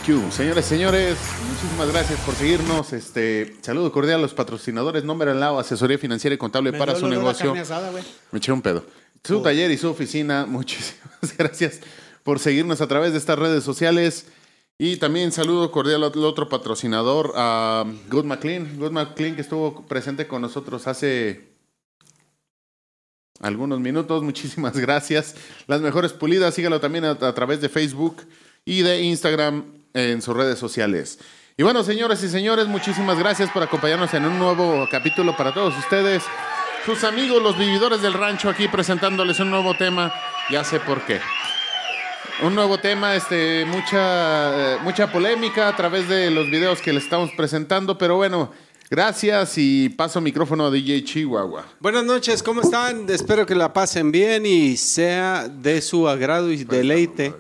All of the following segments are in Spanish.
Señores, muchísimas gracias por seguirnos. Saludo cordial a los patrocinadores. Nombre al lado, asesoría financiera y contable para su negocio. Me eché un pedo. Su taller y su oficina. Muchísimas gracias por seguirnos a través de estas redes sociales. Y también saludo cordial al otro patrocinador, a Good McLean. Good McLean, que estuvo presente con nosotros hace algunos minutos. Muchísimas gracias. Las mejores pulidas, sígalo también a través de Facebook y de Instagram en sus redes sociales. Y bueno, señores y señores, muchísimas gracias por acompañarnos en un nuevo capítulo para todos ustedes. Sus amigos, los vividores del rancho, aquí presentándoles un nuevo tema. Ya sé por qué. Un nuevo tema, mucha polémica a través de los videos que les estamos presentando, pero bueno, gracias y paso micrófono a DJ Chihuahua. Buenas noches, ¿cómo están? Espero que la pasen bien y sea de su agrado y deleite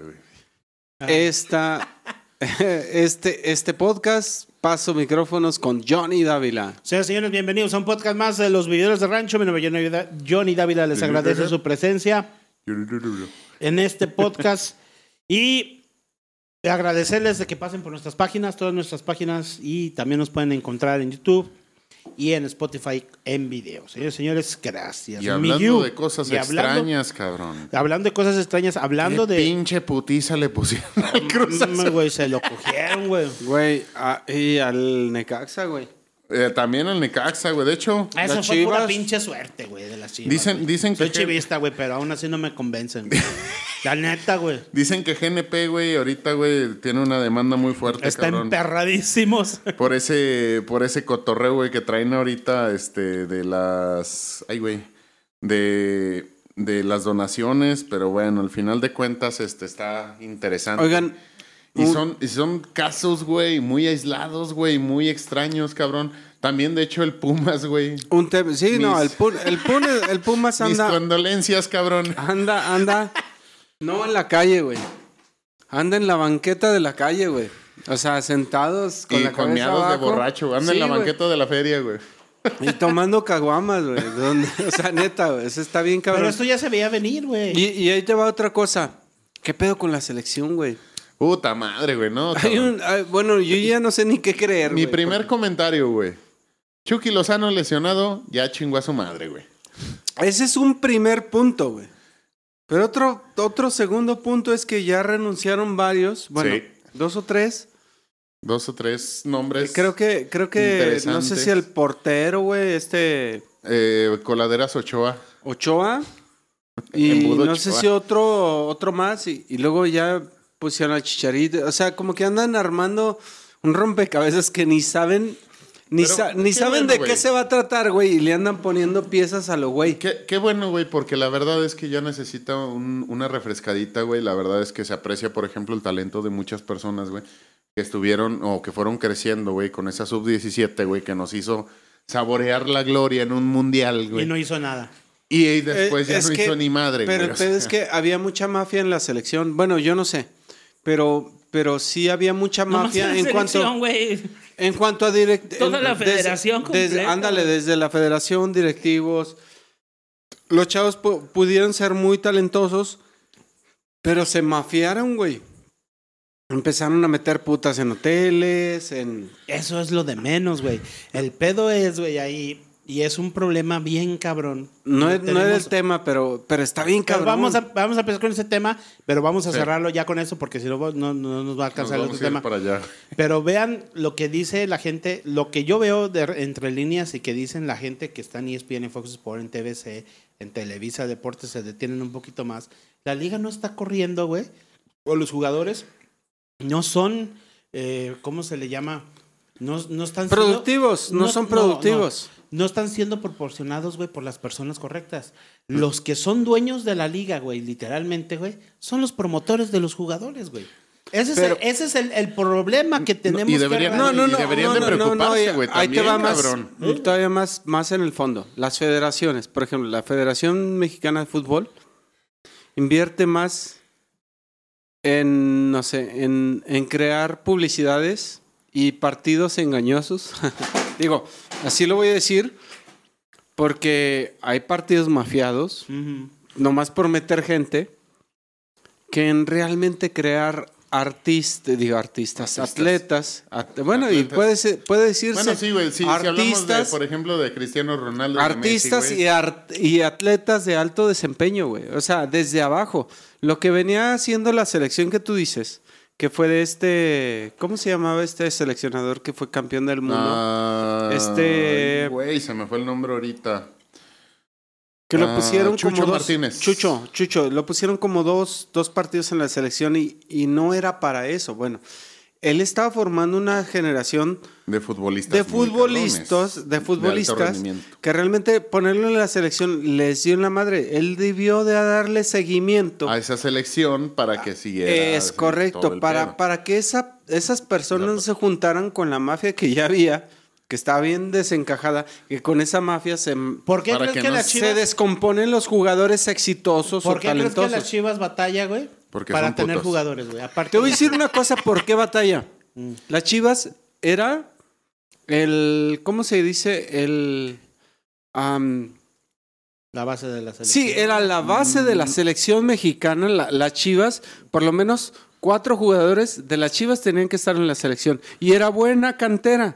este podcast. Paso micrófonos con Johnny Dávila. Señores, bienvenidos a un podcast más de los vividores del rancho. Mi nombre es Johnny Dávila, les agradece su presencia en este podcast. Y agradecerles de que pasen por nuestras páginas, todas nuestras páginas, y también nos pueden encontrar en YouTube y en Spotify en video. Señores, gracias. Y hablando de cosas extrañas, cabrón. Hablando de cosas extrañas, hablando ¿Qué de... pinche putiza le pusieron al Cruz Azul? Güey, se lo cogieron, güey. Güey, y al Necaxa, güey. También al Necaxa, güey. De hecho, eso fue pura pinche suerte, güey, de las Chivas. Dicen que... Soy chivista, güey, pero aún así no me convencen, güey. La neta, güey. Dicen que GNP, güey, ahorita, güey, tiene una demanda muy fuerte, Está cabrón. emperradísimos. Por ese cotorreo, güey, que traen ahorita, de las... Ay, güey. De las donaciones, pero bueno, al final de cuentas, está interesante. Oigan... Y son casos, güey, muy aislados, güey, muy extraños, cabrón. También, de hecho, el Pumas, güey. El Pumas anda... Mis condolencias, cabrón. Anda. No en la calle, güey. Anda en la banqueta de la calle, güey. O sea, sentados con la cabeza miados abajo. De borracho. Anda en la banqueta de la feria, güey. Y tomando caguamas, güey. O sea, neta, güey. Eso está bien, cabrón. Pero esto ya se veía venir, güey. Y ahí te va otra cosa. ¿Qué pedo con la selección, güey? Puta madre, güey, ¿no? Bueno, yo ya no sé ni qué creer, Mi primer comentario, güey. Chucky Lozano lesionado, ya chingó a su madre, güey. Ese es un primer punto, güey. Pero otro segundo punto es que ya renunciaron varios. Bueno, sí. Dos o tres nombres. Creo que no sé si el portero, güey, Coladeras Ochoa. Y no sé si otro más. Y luego ya pusieron al Chicharito. O sea, como que andan armando un rompecabezas que ni saben saben de qué se va a tratar, güey. Y le andan poniendo piezas a lo güey. Qué bueno, güey, porque la verdad es que ya necesita una refrescadita, güey. La verdad es que se aprecia, por ejemplo, el talento de muchas personas, güey, que estuvieron o que fueron creciendo, güey, con esa sub-17, güey, que nos hizo saborear la gloria en un mundial, güey. Y no hizo nada. Y después ya no hizo ni madre, güey. Pero el pedo es que había mucha mafia en la selección. Bueno, yo no sé. Pero sí había mucha mafia en cuanto a toda la federación completa. Ándale, desde la federación, directivos. Los chavos pudieron ser muy talentosos, pero se mafiaron, güey. Empezaron a meter putas en hoteles, Eso es lo de menos, güey. El pedo es, güey, ahí... Y es un problema bien cabrón. No es el tema, pero está bien cabrón. Vamos a empezar con ese tema, pero vamos a cerrarlo ya con eso, porque si no nos va a alcanzar el tema. Para allá. Pero vean lo que dice la gente, lo que yo veo entre líneas y que dicen la gente que está en ESPN, en Fox Sports, en TVC, en Televisa Deportes, se detienen un poquito más. La liga no está corriendo, güey. O los jugadores no son, ¿cómo se le llama? No están productivos, no son productivos. No están siendo proporcionados, güey, por las personas correctas. Los que son dueños de la liga, güey, literalmente, güey, son los promotores de los jugadores, güey. Ese es el problema que tenemos. Y deberían de preocuparse, güey. Ahí te va más, todavía más en el fondo. Las federaciones, por ejemplo, la Federación Mexicana de Fútbol invierte más en, no sé, en crear publicidades y partidos engañosos. Digo, así lo voy a decir, porque hay partidos mafiados, nomás por meter gente, que en realmente crear atletas. Bueno, y puede decirse. Bueno, sí, güey. Si hablamos de, por ejemplo, de Cristiano Ronaldo. Artistas Messi, y atletas de alto desempeño, güey. O sea, desde abajo. Lo que venía haciendo la selección que tú dices, que fue de ¿cómo se llamaba este seleccionador que fue campeón del mundo? Güey, se me fue el nombre ahorita. Que lo pusieron Chucho como Martínez. Chucho, lo pusieron como dos partidos en la selección y no era para eso. Bueno, él estaba formando una generación de futbolistas. De futbolistas que realmente ponerlo en la selección les dio en la madre. Él debió de darle seguimiento a esa selección para que siguiera. Es correcto, para que esas personas no se juntaran con la mafia que ya había, que estaba bien desencajada, que con esa mafia ¿Por qué crees que las Chivas se descomponen los jugadores exitosos o talentosos? ¿Por qué crees que las Chivas batalla, güey? Porque para tener jugadores, güey. Te voy a decir una cosa, ¿por qué batalla? Las Chivas era ¿cómo se dice? La base de la selección. Sí, era la base de la selección mexicana. Las Chivas, por lo menos 4 jugadores de las Chivas tenían que estar en la selección. Y era buena cantera.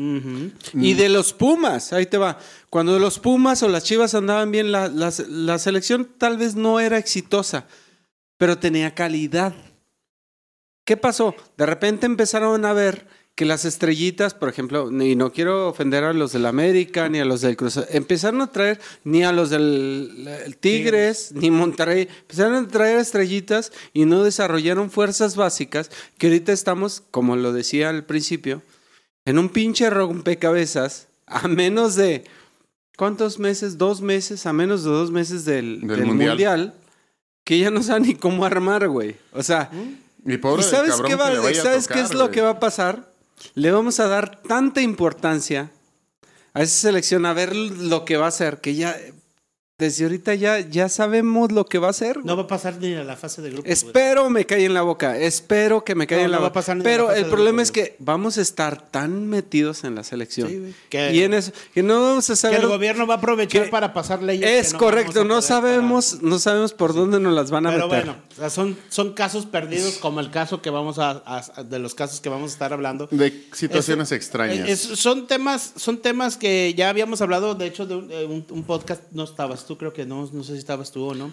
Y de los Pumas, ahí te va. Cuando los Pumas o las Chivas andaban bien, la selección tal vez no era exitosa, pero tenía calidad. ¿Qué pasó? De repente empezaron a ver que las estrellitas, por ejemplo, y no quiero ofender a los del América ni a los del Cruz, empezaron a traer ni a los del Tigres ni Monterrey, empezaron a traer estrellitas y no desarrollaron fuerzas básicas, que ahorita estamos, como lo decía al principio, en un pinche rompecabezas a menos de ¿cuántos meses? 2 meses, a menos de 2 meses del mundial, que ya no saben ni cómo armar, güey. O sea, ¿y sabes qué es lo que va a pasar? Le vamos a dar tanta importancia a esa selección, a ver lo que va a hacer, que ya desde ahorita ya sabemos lo que va a hacer. No va a pasar ni a la fase de grupos. Espero me caiga en la boca. Espero que me caiga en la boca. Pero el problema es que vamos a estar tan metidos en la selección. Sí, y en eso, que no vamos a saber. Que el gobierno va a aprovechar para pasar leyes. Es correcto. No sabemos por dónde nos las van a meter. Pero bueno, o sea, son casos perdidos, como el caso que de los casos que vamos a estar hablando. De situaciones extrañas. Son temas que ya habíamos hablado, de hecho, de un podcast. No estabas tú, creo que no sé si estabas tú o no.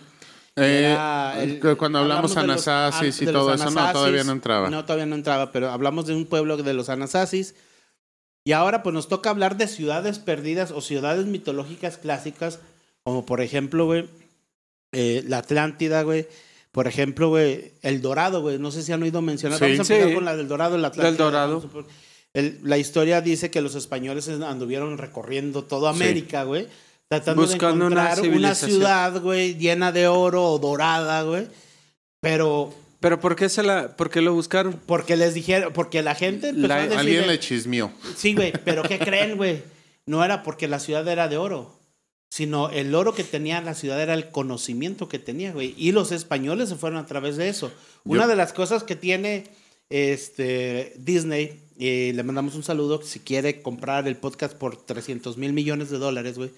Cuando hablamos de Anasasis y todo eso, no, todavía no entraba. No, todavía no entraba, pero hablamos de un pueblo de los Anasasis. Y ahora pues nos toca hablar de ciudades perdidas o ciudades mitológicas clásicas, como por ejemplo, güey, la Atlántida, güey. Por ejemplo, güey, El Dorado, güey. No sé si han oído mencionar. Sí, vamos a empezar con la del Dorado, la Atlántida. Del Dorado. La historia dice que los españoles anduvieron recorriendo toda América, güey. Tratando buscando de encontrar una ciudad, güey, llena de oro o dorada, güey. Pero ¿por qué lo buscaron? Porque les dijeron, porque la gente empezó a decir, alguien le chismeó. Sí, güey, pero ¿qué creen, güey? No era porque la ciudad era de oro, sino el oro que tenía la ciudad era el conocimiento que tenía, güey. Y los españoles se fueron a través de eso. Una de las cosas que tiene Disney, le mandamos un saludo, si quiere comprar el podcast por $300 mil millones, güey.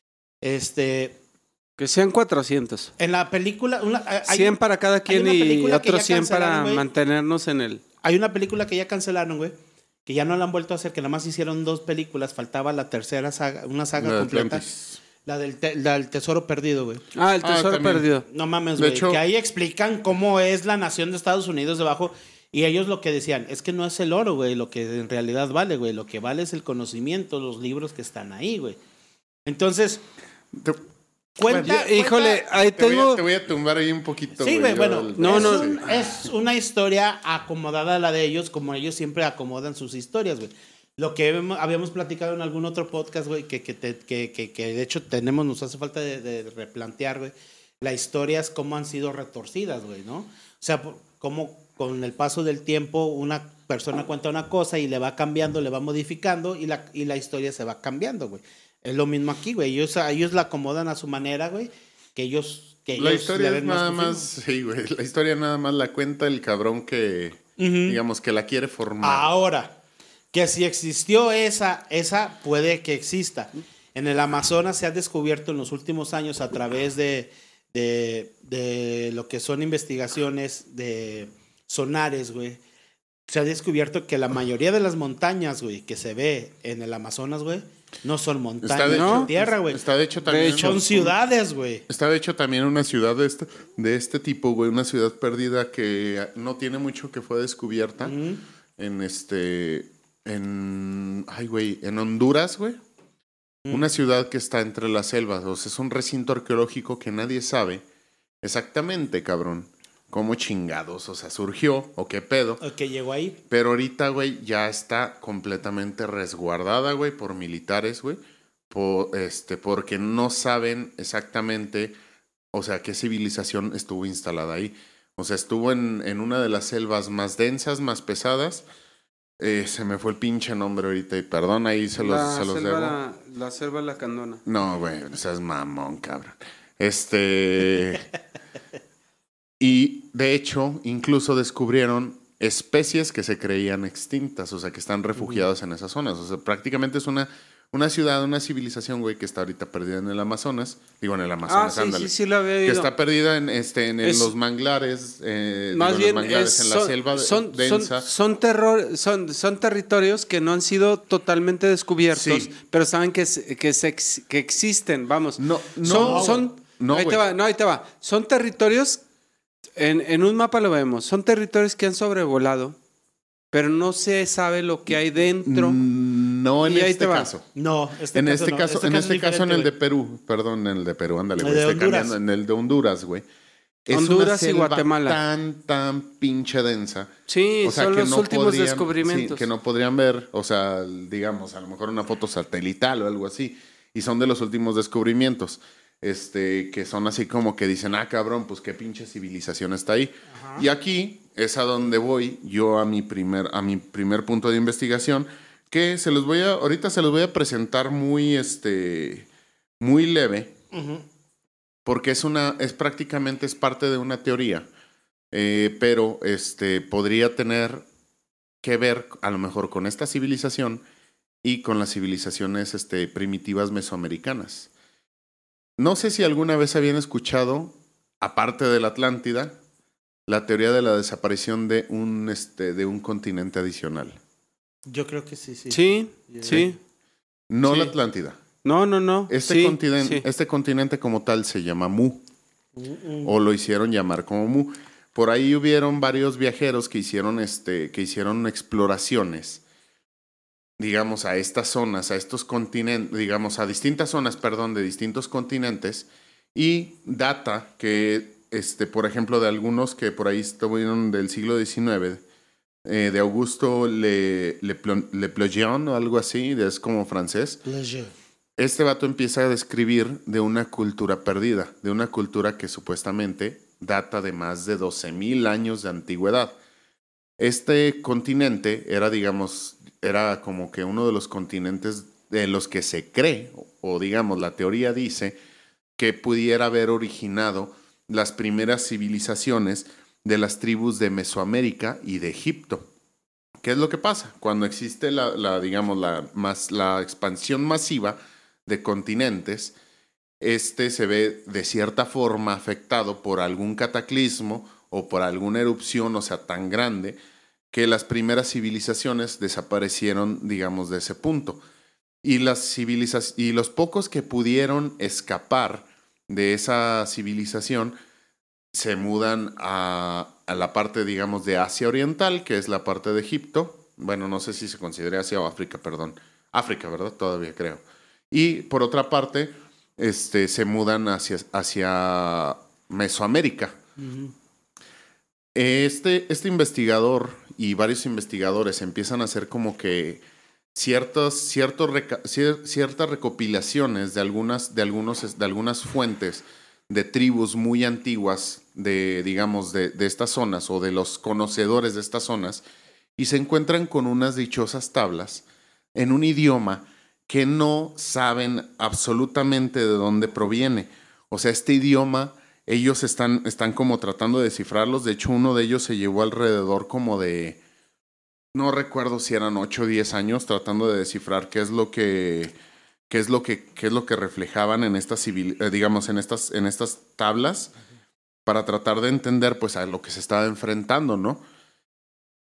Que sean 400. En la película 100 para cada quien y otros 100 para mantenernos en el. Hay una película que ya cancelaron, güey, que ya no la han vuelto a hacer, que nada más hicieron 2 películas, faltaba la tercera saga, una saga completa. La del Tesoro Perdido, güey. El Tesoro Perdido. No mames, güey, que ahí explican cómo es la nación de Estados Unidos debajo. Y ellos lo que decían, es que no es el oro, güey, lo que en realidad vale, güey. Lo que vale es el conocimiento, los libros que están ahí, güey. Entonces, híjole, ahí te voy a tumbar ahí un poquito. Sí, güey, bueno, es una historia acomodada a la de ellos, como ellos siempre acomodan sus historias, güey. Lo que habíamos platicado en algún otro podcast, güey, que de hecho nos hace falta de replantear, güey. Las historias cómo han sido retorcidas, güey, ¿no? O sea, cómo con el paso del tiempo una persona cuenta una cosa y le va cambiando, le va modificando y la historia se va cambiando, güey. Es lo mismo aquí, güey. Ellos la acomodan a su manera, güey. La historia es nada más, sí, güey. La historia nada más la cuenta el cabrón que, digamos, que la quiere formar. Ahora, que si existió esa puede que exista. En el Amazonas se ha descubierto en los últimos años a través de lo que son investigaciones sonares, güey, se ha descubierto que la mayoría de las montañas, güey, que se ve en el Amazonas, güey, no son montañas de tierra, güey. Está de hecho también. Son ciudades, güey. Está de hecho también una ciudad de este tipo, güey, una ciudad perdida que no tiene mucho que fue descubierta en Honduras, güey. Una ciudad que está entre las selvas, o sea, es un recinto arqueológico que nadie sabe exactamente, cabrón, cómo chingados, o sea, surgió o qué pedo. O que llegó ahí. Pero ahorita, güey, ya está completamente resguardada, güey, por militares, güey, porque no saben exactamente, o sea, qué civilización estuvo instalada ahí. O sea, estuvo en una de las selvas más densas, más pesadas. Se me fue el pinche nombre ahorita y perdón, ahí se los debo. La selva Lacandona. No, güey, o sea, es mamón, cabrón. Y de hecho, incluso descubrieron especies que se creían extintas, o sea, que están refugiadas en esas zonas. O sea, prácticamente es una ciudad, una civilización, güey, que está ahorita perdida en el Amazonas. Digo, en el Amazonas, ándale. Sí, lo había oído. Que está perdida en los manglares. Más bien, en la selva densa. Son territorios que no han sido totalmente descubiertos, sí, pero saben que existen, vamos. Ahí te va. Son territorios, en un mapa lo vemos, son territorios que han sobrevolado, pero no se sabe lo que hay dentro. No en este caso. No, en este caso, en el de Perú. Perdón, en el de Perú, ándale, güey. Estoy cambiando. En el de Honduras, güey. Honduras y Guatemala. Tan pinche densa. Sí, o sea, son los últimos descubrimientos. Sí, que no podrían ver, o sea, digamos, a lo mejor una foto satelital o algo así. Y son de los últimos descubrimientos. Que son así como que dicen, cabrón, pues qué pinche civilización está ahí. Ajá. Y aquí es a donde voy yo a mi primer punto de investigación, que ahorita se los voy a presentar muy leve, porque es prácticamente parte de una teoría, pero podría tener que ver a lo mejor con esta civilización y con las civilizaciones primitivas mesoamericanas. No sé si alguna vez habían escuchado, aparte de la Atlántida, la teoría de la desaparición de un continente adicional. Yo creo que sí. Sí. No la Atlántida. No. Este continente como tal se llama Mu. O lo hicieron llamar como Mu. Por ahí hubieron varios viajeros que hicieron exploraciones, digamos, a estas zonas, a estos continentes, digamos, a distintas zonas, de distintos continentes, y data que, por ejemplo, de algunos que por ahí estuvieron del siglo XIX, de Augusto Le Plongeon o algo así, es como francés. Este vato empieza a describir de una cultura perdida, de una cultura que supuestamente data de más de 12,000 años de antigüedad. Este continente era como que uno de los continentes de los que se cree, o digamos, la teoría dice, que pudiera haber originado las primeras civilizaciones de las tribus de Mesoamérica y de Egipto. ¿Qué es lo que pasa? Cuando existe la expansión masiva de continentes, se ve de cierta forma afectado por algún cataclismo o por alguna erupción, o sea, tan grande, que las primeras civilizaciones desaparecieron, digamos, de ese punto. Y los pocos que pudieron escapar de esa civilización se mudan a la parte, digamos, de Asia Oriental, que es la parte de Egipto. Bueno, no sé si se considera Asia o África, perdón. África, ¿verdad? Todavía creo. Y por otra parte, se mudan hacia Mesoamérica. Uh-huh. Este investigador y varios investigadores empiezan a hacer como que ciertas recopilaciones de algunas fuentes de tribus muy antiguas de estas zonas o de los conocedores de estas zonas, y se encuentran con unas dichosas tablas en un idioma que no saben absolutamente de dónde proviene. O sea, este idioma, ellos están como tratando de descifrarlos. De hecho, uno de ellos se llevó alrededor como de, no recuerdo si eran 8 o 10 años tratando de descifrar qué es lo que reflejaban en estas tablas, para tratar de entender pues a lo que se estaba enfrentando, ¿no?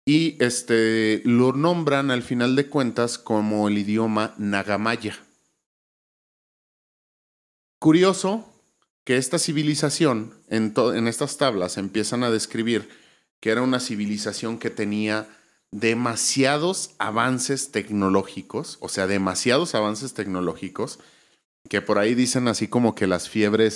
y lo nombran al final de cuentas como el idioma nagamaya. Curioso que esta civilización, en estas tablas, empiezan a describir que era una civilización que tenía demasiados avances tecnológicos, o sea, demasiados avances tecnológicos, que por ahí dicen así como que las fiebres,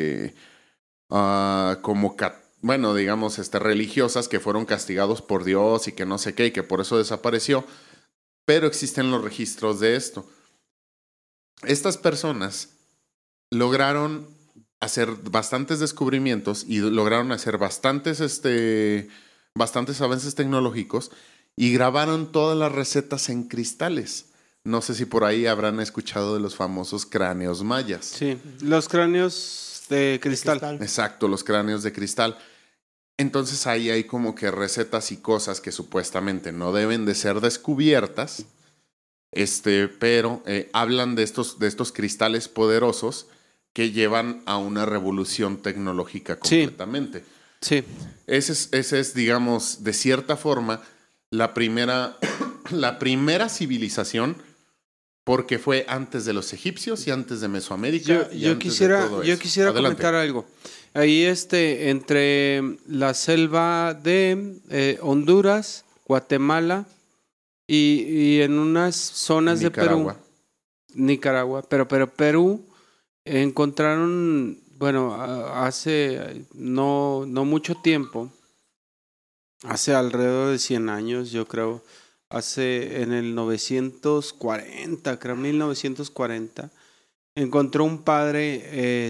bueno, digamos, religiosas que fueron castigados por Dios y que no sé qué, y que por eso desapareció, pero existen los registros de esto. Estas personas lograron hacer bastantes descubrimientos y lograron hacer bastantes avances tecnológicos y grabaron todas las recetas en cristales. No sé si por ahí habrán escuchado de los famosos cráneos mayas. Sí, los cráneos de cristal. Exacto, los cráneos de cristal. Entonces ahí hay como que recetas y cosas que supuestamente no deben de ser descubiertas, pero hablan de estos cristales poderosos que llevan a una revolución tecnológica completamente. Sí. Ese es, digamos, de cierta forma, la primera civilización, porque fue antes de los egipcios y antes de Mesoamérica. Yo quisiera comentar algo. Ahí entre la selva de Honduras, Guatemala y en unas zonas Nicaragua. de Perú. Nicaragua, pero Perú encontraron, bueno, hace no mucho tiempo, hace alrededor de 100 años, yo creo, en el 940, creo 1940, encontró un padre,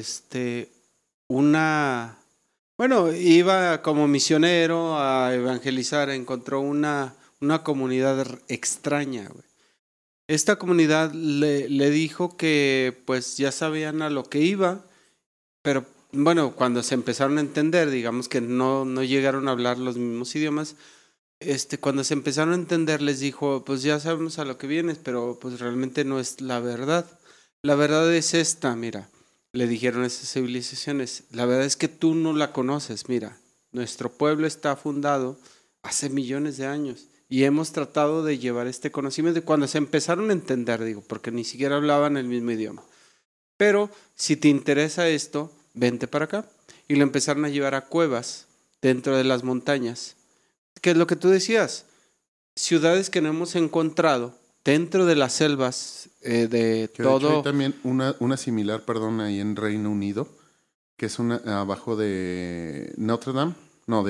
iba como misionero a evangelizar, encontró una comunidad extraña, güey. Esta comunidad le dijo que pues ya sabían a lo que iba, pero bueno, cuando se empezaron a entender, digamos que no llegaron a hablar los mismos idiomas, cuando se empezaron a entender les dijo, pues ya sabemos a lo que vienes, pero pues realmente no es la verdad. La verdad es esta, mira, le dijeron a esas civilizaciones, la verdad es que tú no la conoces, mira, nuestro pueblo está fundado hace millones de años. Y hemos tratado de llevar este conocimiento cuando se empezaron a entender, digo, porque ni siquiera hablaban el mismo idioma. Pero si te interesa esto, vente para acá. Y lo empezaron a llevar a cuevas dentro de las montañas. ¿Qué es lo que tú decías? Ciudades que no hemos encontrado dentro de las selvas de que todo. De hecho hay también una similar, ahí en Reino Unido, que es abajo de Notre Dame. No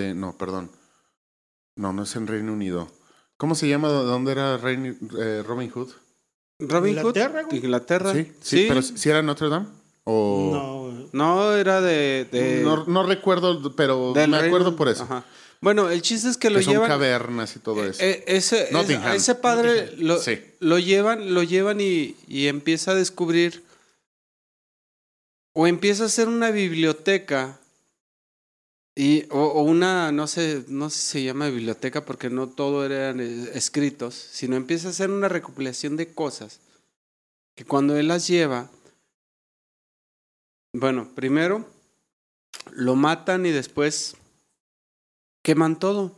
es en Reino Unido. ¿Cómo se llama? ¿Dónde era Robin Hood? ¿Robin Hood? Inglaterra. Sí, pero ¿sí era Notre Dame? No, era de... No recuerdo, pero me acuerdo por eso. Ajá. Bueno, el chiste es que lo son llevan... cavernas y todo eso. A ese padre lo llevan y empieza a descubrir o empieza a hacer una biblioteca o una, no sé si se llama biblioteca porque no todo eran escritos, sino empieza a hacer una recopilación de cosas que cuando él las lleva, bueno, primero lo matan y después queman todo.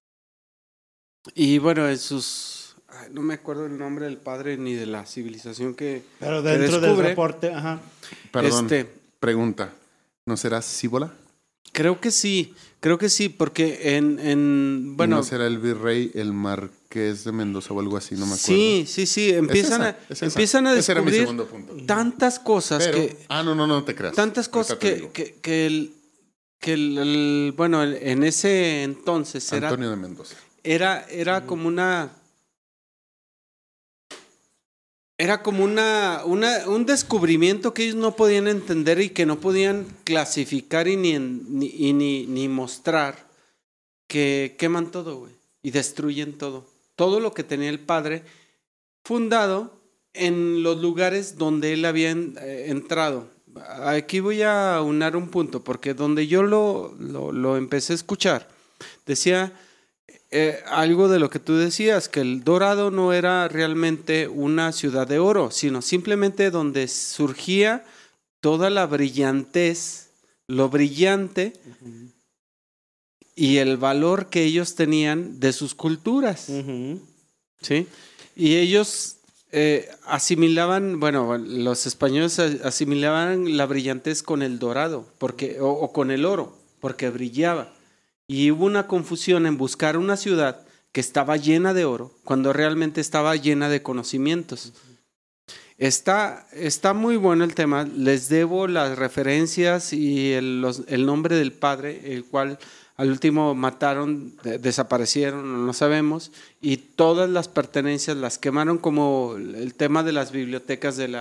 Y bueno, no me acuerdo el nombre del padre ni de la civilización pero dentro del reporte, ajá. Perdón, pregunta, ¿no será Cíbola? Creo que sí, porque bueno... ¿No será el virrey, el marqués de Mendoza o algo así? No me acuerdo. Sí, empiezan a descubrir ese era mi segundo punto. Tantas cosas no te creas. Tantas cosas bueno, en ese entonces Antonio de Mendoza. Era como un descubrimiento que ellos no podían entender y que no podían clasificar y ni mostrar, que queman todo, güey, y destruyen todo. Todo lo que tenía el padre fundado en los lugares donde él había entrado. Aquí voy a unar un punto, porque donde yo lo empecé a escuchar, decía... algo de lo que tú decías, que el Dorado no era realmente una ciudad de oro, sino simplemente donde surgía toda la brillantez, lo brillante y el valor que ellos tenían de sus culturas. ¿Sí? Y ellos asimilaban, bueno, los españoles asimilaban la brillantez con el dorado o con el oro, porque brillaba. Y hubo una confusión en buscar una ciudad que estaba llena de oro, cuando realmente estaba llena de conocimientos. Está muy bueno el tema. Les debo las referencias y el nombre del padre, el cual al último mataron, desaparecieron, no sabemos, y todas las pertenencias las quemaron, como el tema de las bibliotecas de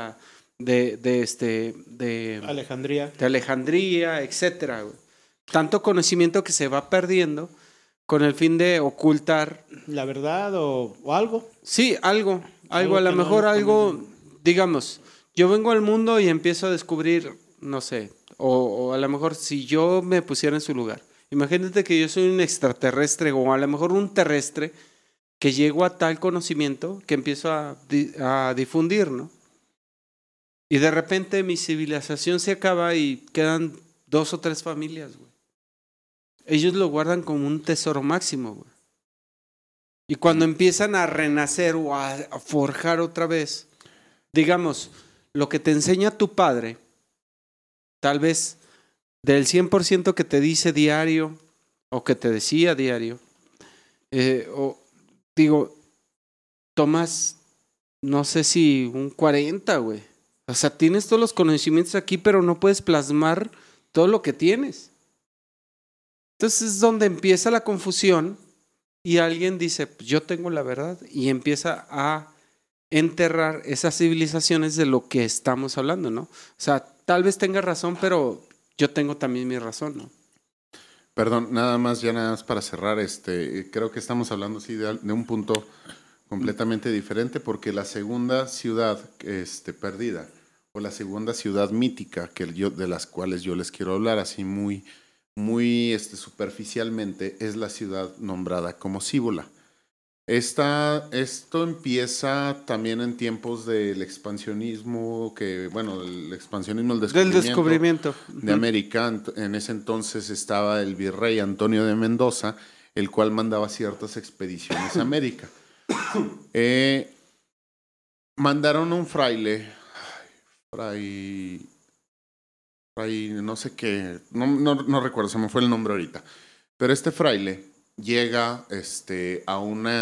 Alejandría. De Alejandría, etcétera, güey. Tanto conocimiento que se va perdiendo con el fin de ocultar la verdad o algo. Sí, algo a lo mejor algo, digamos, yo vengo al mundo y empiezo a descubrir, no sé, o a lo mejor si yo me pusiera en su lugar. Imagínate que yo soy un extraterrestre o a lo mejor un terrestre que llego a tal conocimiento que empiezo a difundir, ¿no? Y de repente mi civilización se acaba y quedan 2 o 3 familias, güey. Ellos lo guardan como un tesoro máximo, güey. Y cuando empiezan a renacer o a forjar otra vez, digamos, lo que te enseña tu padre, tal vez del 100% que te dice diario o que te decía diario, tomas, no sé si un 40, güey. O sea, tienes todos los conocimientos aquí, pero no puedes plasmar todo lo que tienes. Entonces es donde empieza la confusión y alguien dice, pues yo tengo la verdad, y empieza a enterrar esas civilizaciones de lo que estamos hablando, ¿no? O sea, tal vez tenga razón, pero yo tengo también mi razón, ¿no? Perdón, nada más para cerrar, creo que estamos hablando sí, de un punto completamente diferente, porque la segunda ciudad perdida, o la segunda ciudad mítica de las cuales yo les quiero hablar así muy superficialmente, es la ciudad nombrada como Cíbola. Esto empieza también en tiempos del expansionismo, el descubrimiento de América. En ese entonces estaba el virrey Antonio de Mendoza, el cual mandaba ciertas expediciones a América. Mandaron un fraile, no sé qué, no recuerdo, se me fue el nombre ahorita, pero este fraile llega a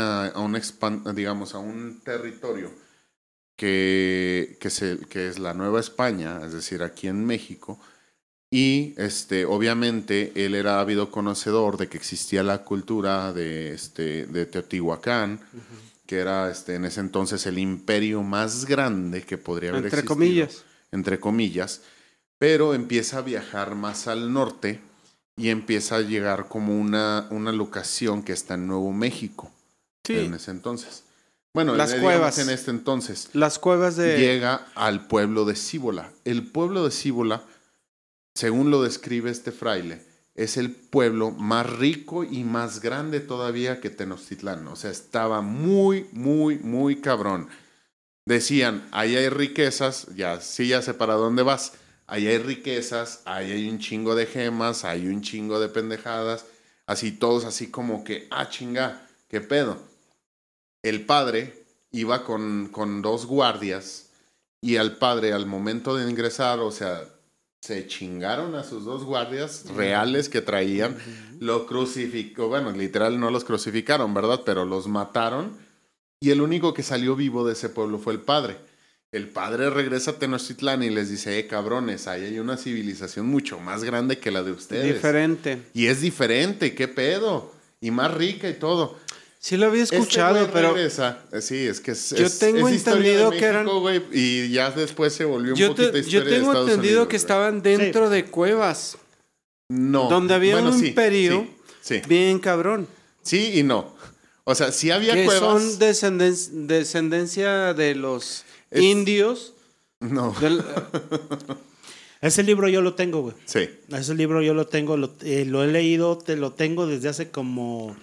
un territorio que es la Nueva España, es decir, aquí en México, y obviamente él era ávido conocedor de que existía la cultura de Teotihuacán, que era en ese entonces el imperio más grande que podría haber existido, entre comillas, pero empieza a viajar más al norte y empieza a llegar como una locación que está en Nuevo México, en ese entonces. Bueno, las cuevas. En este entonces. Las cuevas de... Llega al pueblo de Cíbola. El pueblo de Cíbola, según lo describe este fraile, es el pueblo más rico y más grande todavía que Tenochtitlán. O sea, estaba muy, muy, muy cabrón. Decían, ahí hay riquezas, ya sé para dónde vas. Ahí hay riquezas, ahí hay un chingo de gemas, hay un chingo de pendejadas. Así todos así como que, chinga, ¿qué pedo? El padre iba con 2 guardias y al padre al momento de ingresar, o sea, se chingaron a sus 2 guardias reales que traían, lo crucificó, bueno, literal no los crucificaron, ¿verdad? Pero los mataron y el único que salió vivo de ese pueblo fue el padre. El padre regresa a Tenochtitlán y les dice, cabrones, ahí hay una civilización mucho más grande que la de ustedes. Diferente. Y es diferente, ¿qué pedo? Y más rica y todo. Sí lo había escuchado, pero... Regresa. Sí, es que yo tengo entendido de México, que eran... Güey, y ya después se volvió un poquito historia de Estados Unidos. Yo tengo entendido que güey. estaban dentro de cuevas. No. Donde había un imperio bien cabrón. Sí y no. O sea, sí había que cuevas. Son descendencia de los indios. No. Ese libro yo lo tengo, güey. Sí. Ese libro yo lo tengo, lo he leído, lo tengo desde hace como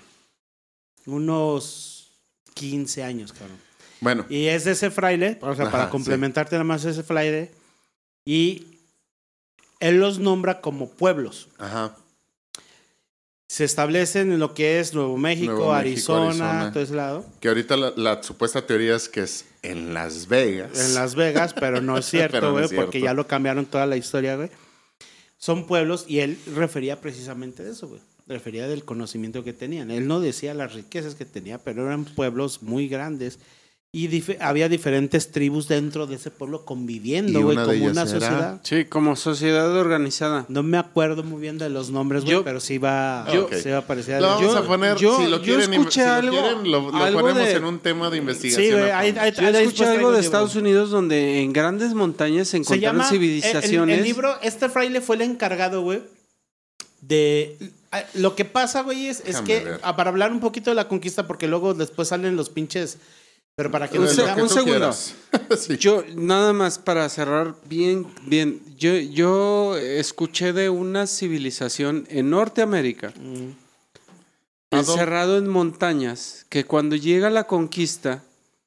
unos 15 años, cabrón. Bueno. Y es de ese fraile, o sea, para complementarte nada más ese fraile, y él los nombra como pueblos. Ajá. se establecen en lo que es Nuevo México, Arizona, todo ese lado. Que ahorita la supuesta teoría es que es en Las Vegas. En Las Vegas, pero no es cierto, güey, porque ya lo cambiaron toda la historia, güey. Son pueblos, y él refería precisamente de eso, güey. Refería del conocimiento que tenían. Él no decía las riquezas que tenía, pero eran pueblos muy grandes. Y había diferentes tribus dentro de ese pueblo conviviendo, güey, como una sociedad. Sí, como sociedad organizada. No me acuerdo muy bien de los nombres, güey, pero sí va a parecer. Lo vamos a poner, si lo quieren, lo ponemos en un tema de investigación. Sí, güey, yo escuché algo de Estados Unidos donde en grandes montañas se encontraron civilizaciones. El libro, este fraile fue el encargado, güey, de... Lo que pasa, güey, es que, para hablar un poquito de la conquista, porque luego después salen los pinches... Pero para que un segundo. Sí. Yo, nada más para cerrar bien. Yo escuché de una civilización en Norteamérica, encerrado en montañas, que cuando llega la conquista,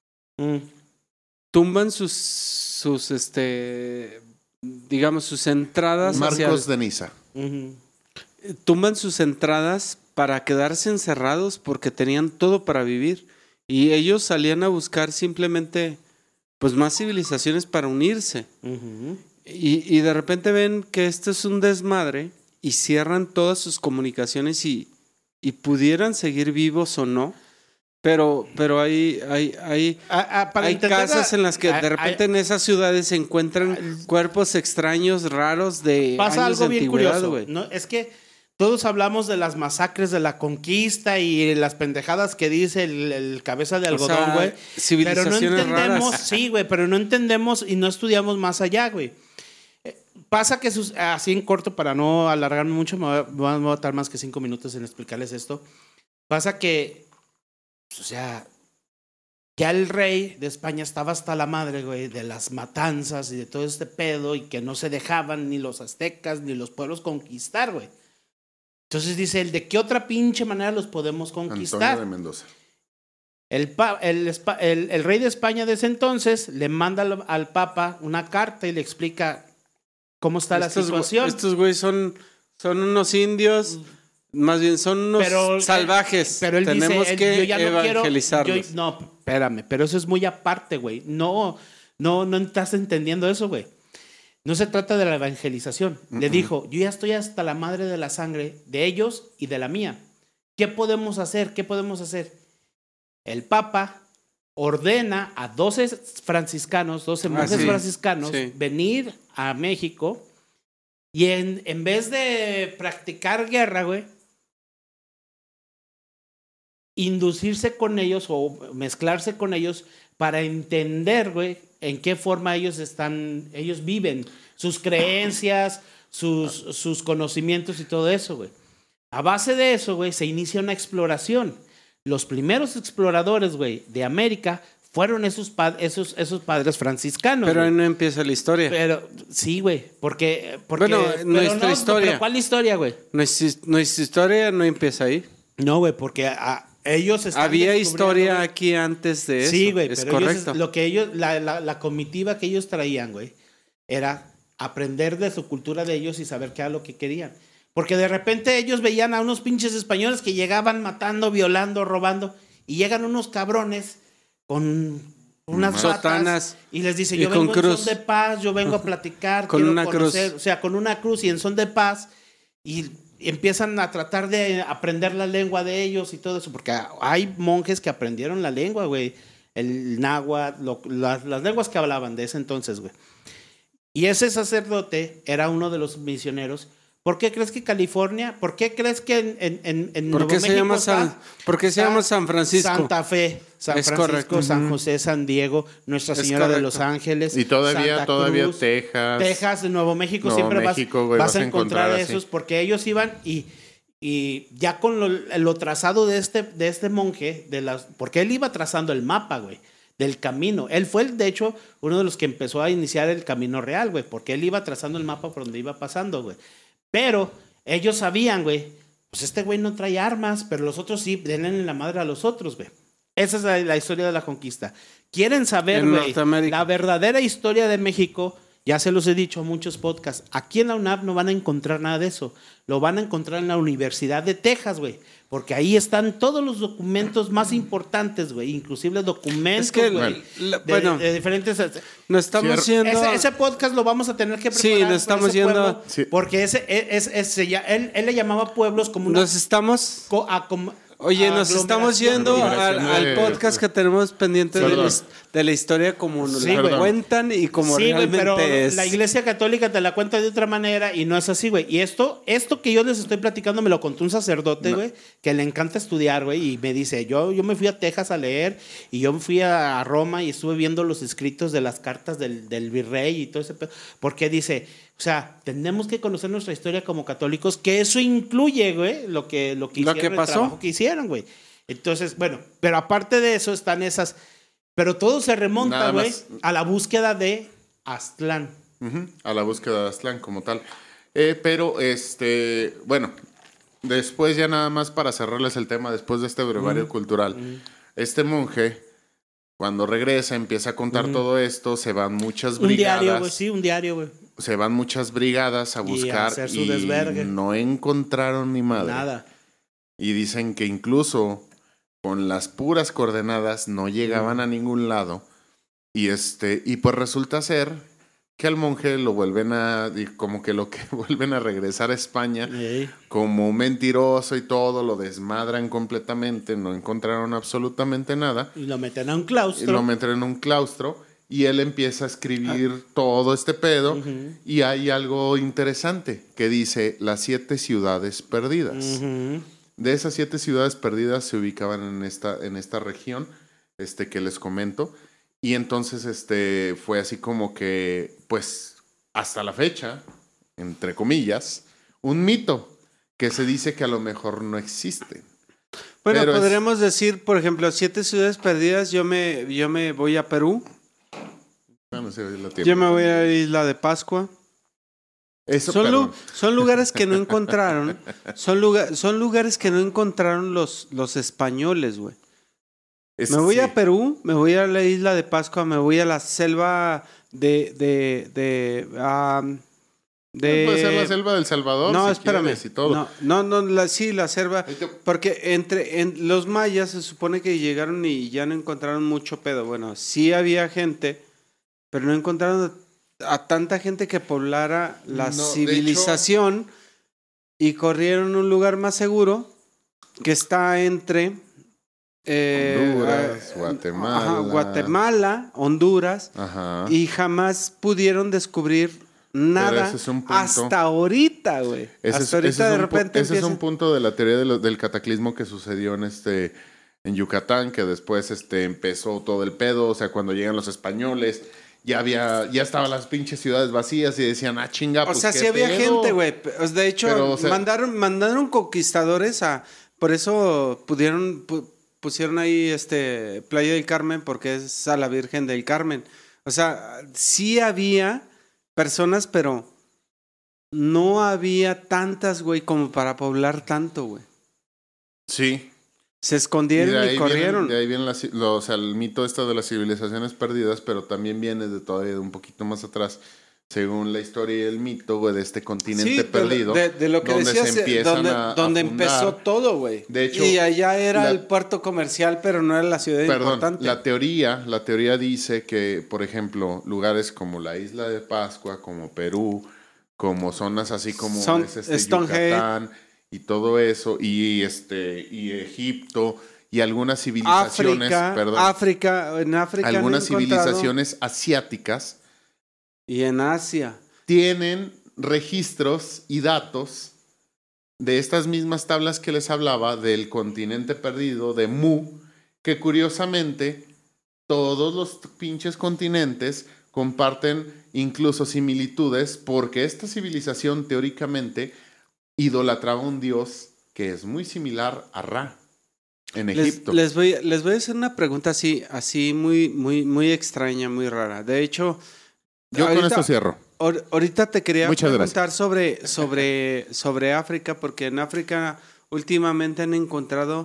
tumban sus entradas. Marcos de Niza. Tumban sus entradas para quedarse encerrados porque tenían todo para vivir. Y ellos salían a buscar simplemente pues más civilizaciones para unirse. Y de repente ven que esto es un desmadre y cierran todas sus comunicaciones y pudieran seguir vivos o no. Pero hay casas en las que de repente en esas ciudades se encuentran cuerpos extraños, raros de pasa años algo de bien antigüedad, curioso. ¿No? Es que todos hablamos de las masacres de la conquista y las pendejadas que dice el cabeza de algodón, güey. Pero no entendemos, raras. Sí, güey, pero no entendemos y no estudiamos más allá, güey. Pasa que así en corto, para no alargarme mucho, me voy a dar más que 5 minutos en explicarles esto. Pasa que, o sea, ya el rey de España estaba hasta la madre, güey, de las matanzas y de todo este pedo y que no se dejaban ni los aztecas ni los pueblos conquistar, güey. Entonces dice, ¿de qué otra pinche manera los podemos conquistar? Antonio de Mendoza. El rey de España de ese entonces le manda al Papa una carta y le explica cómo está la situación. Estos güeyes son unos indios, más bien son unos salvajes. Pero él tenemos dice, que yo ya no evangelizarlos. No, espérame, pero eso es muy aparte, güey. No estás entendiendo eso, güey. No se trata de la evangelización. Le dijo, yo ya estoy hasta la madre de la sangre de ellos y de la mía. ¿Qué podemos hacer? El Papa ordena a 12 franciscanos, 12 monjes franciscanos, venir a México y en vez de practicar guerra, güey, inducirse con ellos o mezclarse con ellos para entender, güey, en qué forma ellos viven, sus creencias, sus conocimientos y todo eso, güey. A base de eso, güey, se inicia una exploración. Los primeros exploradores, güey, de América fueron esos padres franciscanos. Pero ahí no empieza la historia. Pero sí, güey, porque bueno, nuestra historia. ¿Pero cuál historia, güey? Nuestra historia no empieza ahí. No, güey, porque ellos había historia aquí antes de eso. Sí, güey, es pero correcto. La comitiva que ellos traían, güey, era aprender de su cultura de ellos y saber qué era lo que querían. Porque de repente ellos veían a unos pinches españoles que llegaban matando, violando, robando, y llegan unos cabrones con unas sotanas y les dice, yo vengo en son de paz, yo vengo a platicar, con una cruz. O sea, con una cruz y en son de paz, y empiezan a tratar de aprender la lengua de ellos y todo eso, porque hay monjes que aprendieron la lengua, güey, el náhuatl, las lenguas que hablaban de ese entonces, güey. Y ese sacerdote era uno de los misioneros. ¿Por qué crees que California? ¿Por qué crees que en Nuevo México ¿Por qué se llama San Francisco? Santa Fe, San Francisco, correcto. San José, San Diego, Nuestra Señora de losÁngeles. Y todavía Cruz, Texas, en Nuevo México siempre vas a encontrar esos, porque ellos iban y ya con lo trazado de este monje, porque él iba trazando el mapa, güey, del camino. Él fue, de hecho, uno de los que empezó a iniciar el camino real, güey, porque él iba trazando el mapa por donde iba pasando, güey. Pero ellos sabían, güey, pues este güey no trae armas, pero los otros sí, denle la madre a los otros, güey. Esa es la historia de la conquista. Quieren saber, güey, la verdadera historia de México. Ya se los he dicho a muchos podcasts. Aquí en la UNAM no van a encontrar nada de eso. Lo van a encontrar en la Universidad de Texas, güey. Porque ahí están todos los documentos más importantes, güey. Inclusive documentos, Es que, güey, bueno, de diferentes... no estamos yendo... Ese podcast lo vamos a tener que preparar. Sí, nos estamos yendo... Pueblo, sí. Porque él le llamaba pueblos como una... Nos estamos... Oye, nos estamos yendo al podcast que tenemos pendiente de la historia como nos la cuentan y como realmente pero es. La Iglesia Católica te la cuenta de otra manera y no es así, güey. Y esto que yo les estoy platicando me lo contó un sacerdote, güey, que le encanta estudiar, güey, y me dice, yo me fui a Texas a leer y yo me fui a Roma y estuve viendo los escritos de las cartas del virrey y todo ese pedo. Porque dice... O sea, tenemos que conocer nuestra historia como católicos, que eso incluye, güey, lo que hicieron, que pasó. El trabajo que hicieron, güey. Entonces, bueno, pero aparte de eso están esas... Pero todo se remonta, güey, a la búsqueda de Aztlán. A la búsqueda de Aztlán como tal. Pero, bueno, después ya nada más para cerrarles el tema, después de este brevario cultural, este monje, cuando regresa, empieza a contar todo esto, se van muchas brigadas. Un diario, güey. Se van muchas brigadas a buscar y no encontraron ni madre. Nada. Y dicen que incluso con las puras coordenadas no llegaban a ningún lado. Y pues resulta ser que al monje lo vuelven vuelven a regresar a España como mentiroso y todo, lo desmadran completamente, no encontraron absolutamente nada. Y lo meten a un claustro. Y él empieza a escribir todo este pedo. Y hay algo interesante que dice las 7 ciudades perdidas. De esas 7 ciudades perdidas se ubicaban en esta región que les comento. Y entonces fue así como que, pues, hasta la fecha, entre comillas, un mito que se dice que a lo mejor no existe. Bueno, pero podremos decir, por ejemplo, 7 ciudades perdidas. Yo me voy a Perú. Yo me voy a Isla de Pascua. Son lugares que no encontraron. Son lugares que no encontraron los españoles, güey. Me voy a Perú, me voy a la Isla de Pascua, me voy a la selva puede ser la selva del Salvador. No, si espérame. Y todo. La selva. Porque en los mayas se supone que llegaron y ya no encontraron mucho pedo. Bueno, sí había gente, pero no encontraron a tanta gente que poblara la civilización y corrieron a un lugar más seguro que está entre Honduras, Guatemala, Honduras, y jamás pudieron descubrir nada hasta ahorita, güey. Hasta ahorita de repente ese es un punto de la teoría del cataclismo que sucedió en Yucatán, que después empezó todo el pedo. O sea, cuando llegan los españoles, ya estaban las pinches ciudades vacías y decían, chinga, pues, o sea, sí había gente, güey. De hecho, pero, o sea, mandaron conquistadores por eso pusieron ahí Playa del Carmen, porque es a la Virgen del Carmen. O sea, sí había personas, pero no había tantas, güey, como para poblar tanto, güey. Sí. Se escondieron y corrieron. De ahí viene el mito de las civilizaciones perdidas, pero también viene de un poquito más atrás, según la historia y el mito, güey, de este continente perdido. De lo que donde decías, donde empezó todo, güey. De hecho, y allá era el puerto comercial, pero no era la ciudad importante. La teoría dice que, por ejemplo, lugares como la Isla de Pascua, como Perú, como zonas así como Yucatán y todo eso, y Egipto y algunas civilizaciones, África algunas civilizaciones asiáticas y en Asia tienen registros y datos de estas mismas tablas que les hablaba del continente perdido de Mu, que curiosamente todos los pinches continentes comparten incluso similitudes, porque esta civilización teóricamente idolatraba a un dios que es muy similar a Ra en Egipto. Les voy a hacer una pregunta así muy, muy, muy extraña, muy rara. De hecho, yo con esto cierro. Ahorita te quería preguntar sobre África, porque en África últimamente han encontrado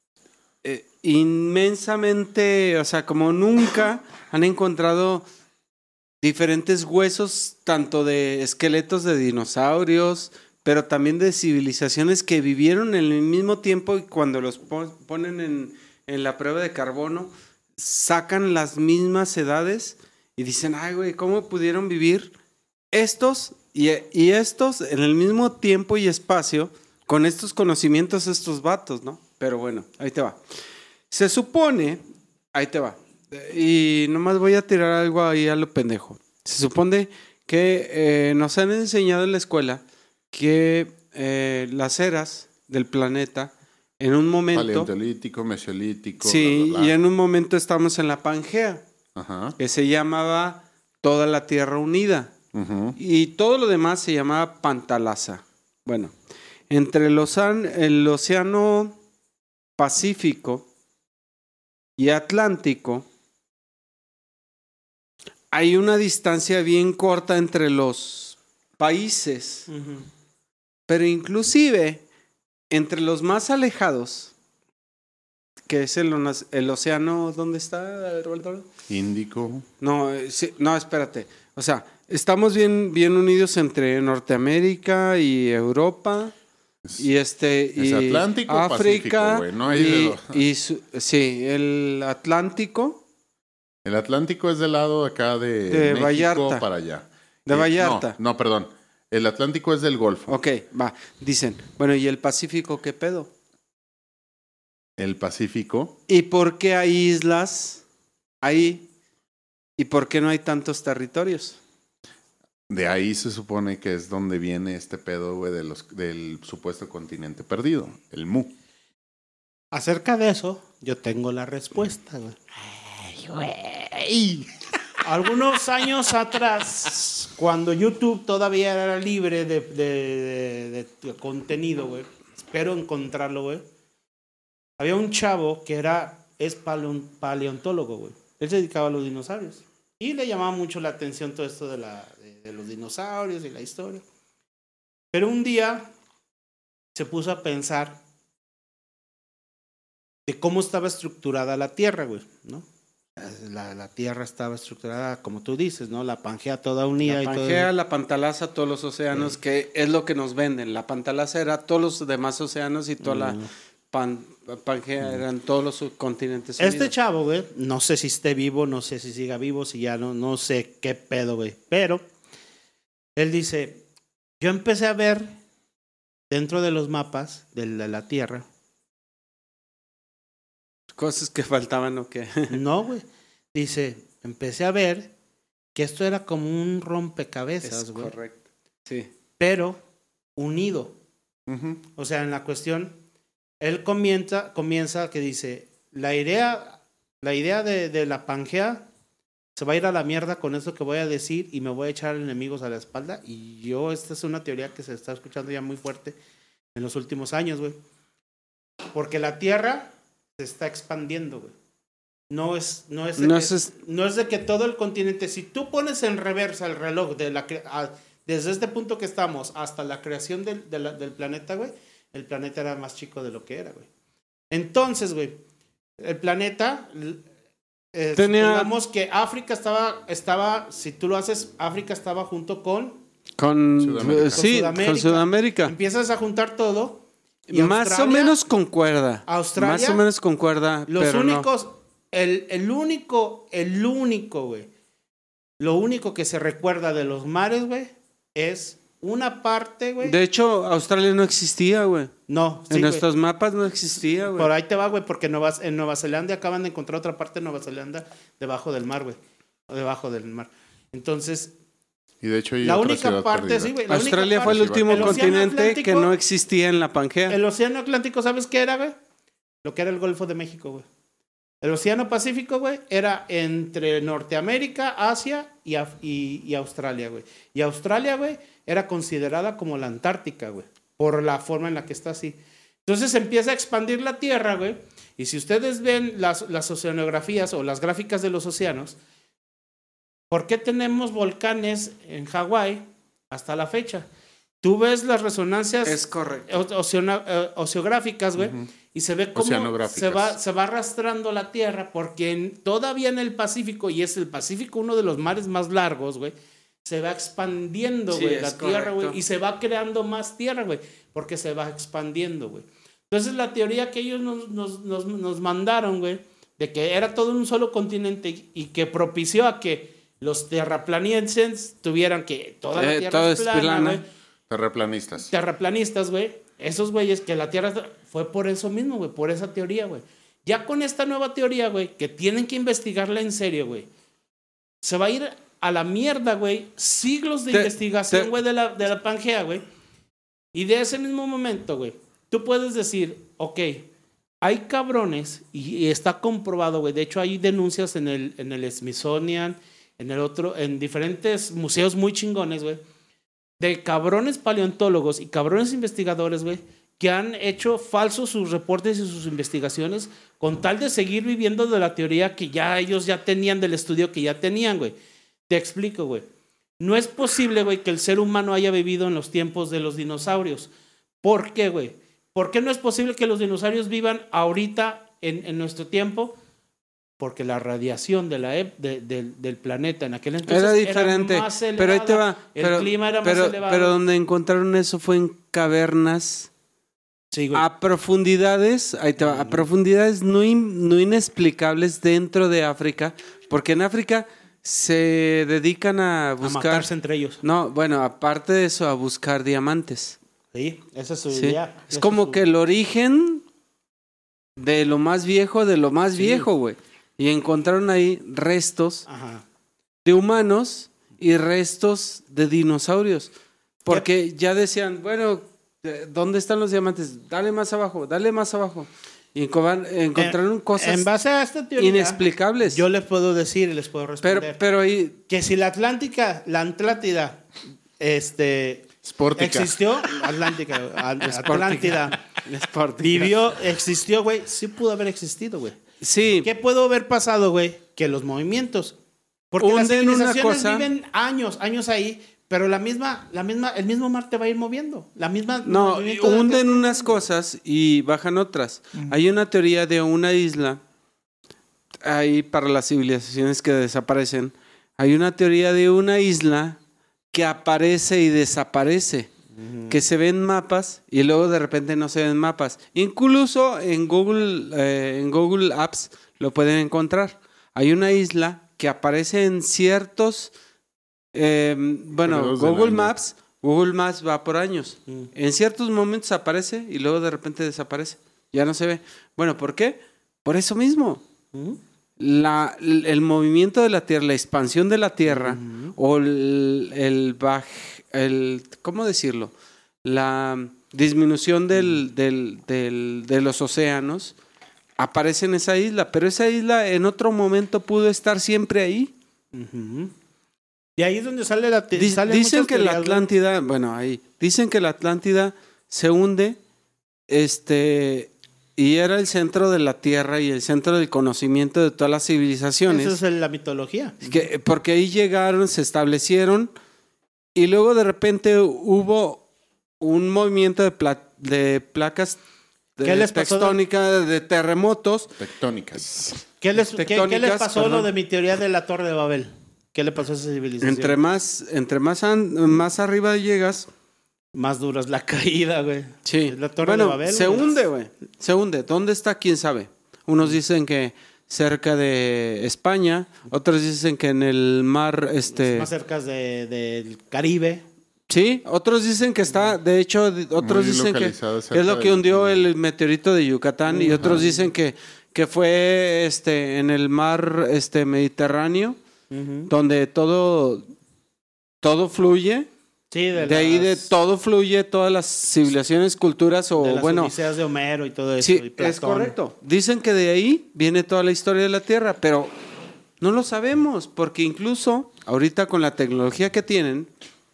inmensamente, o sea, como nunca han encontrado diferentes huesos, tanto de esqueletos de dinosaurios, pero también de civilizaciones que vivieron en el mismo tiempo, y cuando los ponen en la prueba de carbono, sacan las mismas edades y dicen, ay, güey, ¿cómo pudieron vivir estos y estos en el mismo tiempo y espacio con estos conocimientos estos vatos, ¿no? Pero bueno, ahí te va. Se supone, ahí te va, y nomás voy a tirar algo ahí a lo pendejo. Se supone que nos han enseñado en la escuela que las eras del planeta en un momento... Paleolítico, mesolítico... Sí, bla, bla, bla. y en un momento estamos en la Pangea, Ajá. que se llamaba toda la Tierra Unida. Uh-huh. Y todo lo demás se llamaba Pantalasa. Bueno, entre el Océano Pacífico y Atlántico hay una distancia bien corta entre los países, pero inclusive entre los más alejados, que es el océano, ¿dónde está, Roberto? Índico. No, sí, no, espérate. O sea, estamos bien unidos entre Norteamérica y Europa y ¿Es Atlántico África, o Pacífico, güey? No hay sí, el Atlántico. El Atlántico es del lado acá de México Vallarta. para allá. De Vallarta. No, perdón. El Atlántico es del Golfo. Ok, va. Dicen, bueno, ¿y el Pacífico qué pedo? El Pacífico. ¿Y por qué hay islas ahí? ¿Y por qué no hay tantos territorios? De ahí se supone que es donde viene este pedo, güey, del supuesto continente perdido, el Mu. Acerca de eso, yo tengo la respuesta, güey. Algunos años atrás, cuando YouTube todavía era libre de contenido, güey, espero encontrarlo, güey. Había un chavo que es paleontólogo, güey. Él se dedicaba a los dinosaurios. Y le llamaba mucho la atención todo esto de los dinosaurios y la historia. Pero un día se puso a pensar de cómo estaba estructurada la Tierra, güey, ¿no? La Tierra estaba estructurada, como tú dices, ¿no? La Pangea toda unida. La Pangea, y todo. la Pantalasa, todos los océanos, Sí. que es lo que nos venden. La Pantalasa era todos los demás océanos y toda la Pangea eran todos los subcontinentes unidos. Este chavo, güey, no sé si esté vivo, no sé si siga vivo, si ya no sé qué pedo, güey. Pero él dice, yo empecé a ver dentro de los mapas de la Tierra. Cosas que faltaban o qué. No, güey. Dice, empecé a ver que esto era como un rompecabezas, güey. Correcto. Sí. Pero unido. Uh-huh. O sea, en la cuestión, él comienza que dice, la idea de la Pangea se va a ir a la mierda con esto que voy a decir y me voy a echar enemigos a la espalda. Y esta es una teoría que se está escuchando ya muy fuerte en los últimos años, güey. Porque la Tierra se está expandiendo, güey. No es de que todo el continente, si tú pones en reversa el reloj desde este punto que estamos hasta la creación del planeta, güey, el planeta era más chico de lo que era, güey. Entonces, güey, el planeta, digamos que África estaba, si tú lo haces, África estaba junto con Sudamérica. Empiezas a juntar todo. Y más o menos concuerda. Australia. Más o menos concuerda. Los pero únicos, no. el único, güey. Lo único que se recuerda de los mares, güey, es una parte, güey. De hecho, Australia no existía, güey. No, sí, en nuestros mapas no existía, güey. Por ahí te va, güey, porque en Nueva Zelanda acaban de encontrar otra parte de Nueva Zelanda debajo del mar, güey. Debajo del mar. Entonces, y de hecho, la única parte, sí, güey. Australia fue el último continente que no existía en la Pangea. El Océano Atlántico, ¿sabes qué era, güey? Lo que era el Golfo de México, güey. El Océano Pacífico, güey, era entre Norteamérica, Asia y Australia, güey. Y Australia, güey, era considerada como la Antártica, güey, por la forma en la que está así. Entonces empieza a expandir la Tierra, güey. Y si ustedes ven las oceanografías o las gráficas de los océanos, ¿por qué tenemos volcanes en Hawái hasta la fecha? tú ves las resonancias Es correcto. oceográficas, güey, y se ve cómo se va arrastrando la Tierra, porque todavía en el Pacífico, y es el Pacífico uno de los mares más largos, güey, se va expandiendo, güey, la Tierra, güey, y se va creando más tierra, güey, porque se va expandiendo, güey. Entonces la teoría que ellos nos mandaron, güey, de que era todo un solo continente y que propició a que los terraplanienses tuvieran que toda la Tierra es plana, güey. Terraplanistas, güey. Esos güeyes que la Tierra fue por eso mismo, güey, por esa teoría, güey. Ya con esta nueva teoría, güey, que tienen que investigarla en serio, güey, se va a ir a la mierda, güey, siglos de investigación, güey, de la Pangea, güey. Y de ese mismo momento, güey, tú puedes decir, ok, hay cabrones, y está comprobado, güey, de hecho hay denuncias en el Smithsonian, en diferentes museos muy chingones, güey, de cabrones paleontólogos y cabrones investigadores, güey, que han hecho falsos sus reportes y sus investigaciones con tal de seguir viviendo de la teoría que ya ellos ya tenían, del estudio que ya tenían, güey. Te explico, güey. No es posible, güey, que el ser humano haya vivido en los tiempos de los dinosaurios. ¿Por qué, güey? ¿Por qué no es posible que los dinosaurios vivan ahorita en nuestro tiempo? Porque la radiación del planeta en aquel entonces era diferente. Era más elevada, pero ahí te va. El clima era más elevado. Pero donde encontraron eso fue en cavernas. Sí, güey. A profundidades, ahí te va, a profundidades no inexplicables dentro de África, porque en África se dedican a buscar... A matarse entre ellos. No, bueno, aparte de eso, a buscar diamantes. Sí, esa es su idea. Es como que el origen de lo más viejo, viejo, güey. Y encontraron ahí restos de humanos y restos de dinosaurios. Porque ya decían, bueno, ¿dónde están los diamantes? Dale más abajo. Y encontraron cosas en base a esta teoría inexplicables. Yo les puedo decir y les puedo responder. Pero ahí... Que si la Atlántida, existió, Atlántida existió, güey, sí pudo haber existido, güey. Sí. ¿Qué pudo haber pasado, güey? Que los movimientos, porque las civilizaciones viven años ahí, pero el mismo mar te va a ir moviendo. No, hunden unas cosas y bajan otras. Hay una teoría de una isla, ahí para las civilizaciones que desaparecen, hay una teoría de una isla que aparece y desaparece, que se ven mapas y luego de repente no se ven mapas. Incluso en Google Apps lo pueden encontrar. Hay una isla que aparece en ciertos... Google Maps va por años. En ciertos momentos aparece y luego de repente desaparece. Ya no se ve. Bueno, ¿por qué? Por eso mismo. El movimiento de la Tierra, la expansión de la Tierra, o ¿cómo decirlo? La disminución de los océanos aparece en esa isla, pero esa isla en otro momento pudo estar siempre ahí. Y ahí es donde sale la dicen que la Atlántida, dicen que la Atlántida se hunde, y era el centro de la Tierra y el centro del conocimiento de todas las civilizaciones. Esa es la mitología. Porque ahí llegaron, se establecieron, y luego de repente hubo un movimiento de placas tectónicas, de terremotos. Tectónicas. ¿Qué les pasó lo de mi teoría de la Torre de Babel? ¿Qué le pasó a esa civilización? Entre más arriba llegas, más dura es la caída, güey. Sí. La Torre de Babel. Se hunde, güey. Se hunde. ¿Dónde está? ¿Quién sabe? Unos dicen que cerca de España, otros dicen que en el mar, más cerca del Caribe. Sí, otros dicen que está, de hecho, otros dicen que es lo que hundió el meteorito de Yucatán, y otros dicen que fue en el mar Mediterráneo, donde todo fluye. Sí, todo fluye, todas las civilizaciones, culturas de las Odiseas de Homero y todo eso. Sí, es correcto. Dicen que de ahí viene toda la historia de la Tierra, pero no lo sabemos, porque incluso ahorita con la tecnología que tienen,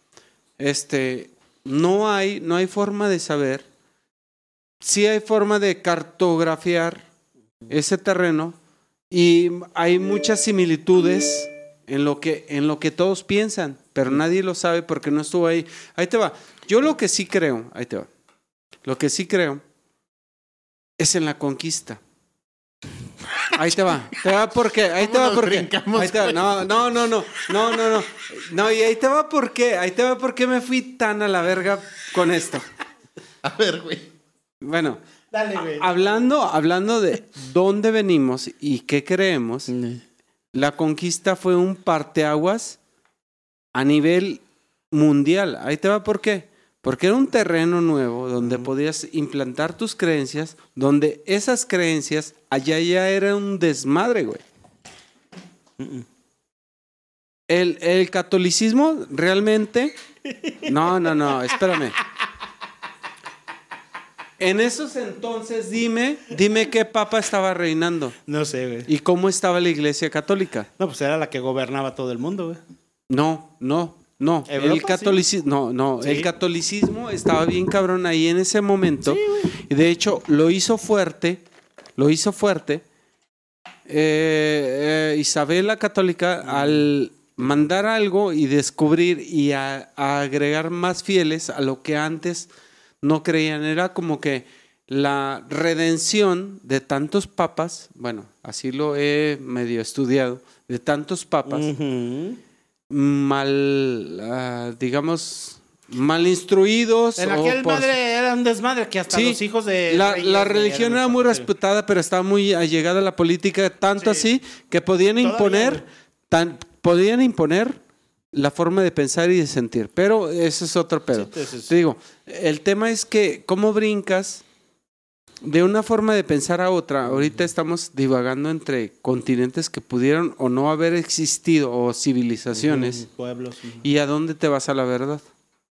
no hay forma de saber. Sí hay forma de cartografiar ese terreno y hay muchas similitudes en lo que todos piensan. pero nadie lo sabe porque no estuvo ahí. Ahí te va. Yo lo que sí creo, ahí te va. Lo que sí creo es en la conquista. Ahí te va. Te va porque. Ahí te va porque. Ahí te va. No, y ahí te va porque. Ahí te va porque me fui tan a la verga con esto. A ver, güey. Bueno. Dale, güey. Hablando de dónde venimos y qué creemos, la conquista fue un parteaguas a nivel mundial. Ahí te va por qué. Porque era un terreno nuevo donde podías implantar tus creencias, donde esas creencias allá ya era un desmadre, güey. El catolicismo realmente... No, espérame. En esos entonces, dime qué papa estaba reinando. No sé, güey. ¿Y cómo estaba la iglesia católica? No, pues era la que gobernaba todo el mundo, güey. No. Europa, El catolicismo, Sí. El catolicismo estaba bien cabrón ahí en ese momento. Sí, güey. Y de hecho, lo hizo fuerte. Isabel la Católica al mandar algo y descubrir y a agregar más fieles a lo que antes no creían. Era como que la redención de tantos papas, bueno, así lo he medio estudiado, de tantos papas, digamos, mal instruidos. En aquel madre era un desmadre que hasta los hijos de... La religión era muy respetada, pero estaba muy allegada a la política, tanto así que podían imponer la forma de pensar y de sentir. Pero ese es otro pedo. Te digo, el tema es que cómo brincas de una forma de pensar a otra. Ahorita estamos divagando entre continentes que pudieron o no haber existido o civilizaciones. Pueblos. ¿Y a dónde te vas a la verdad?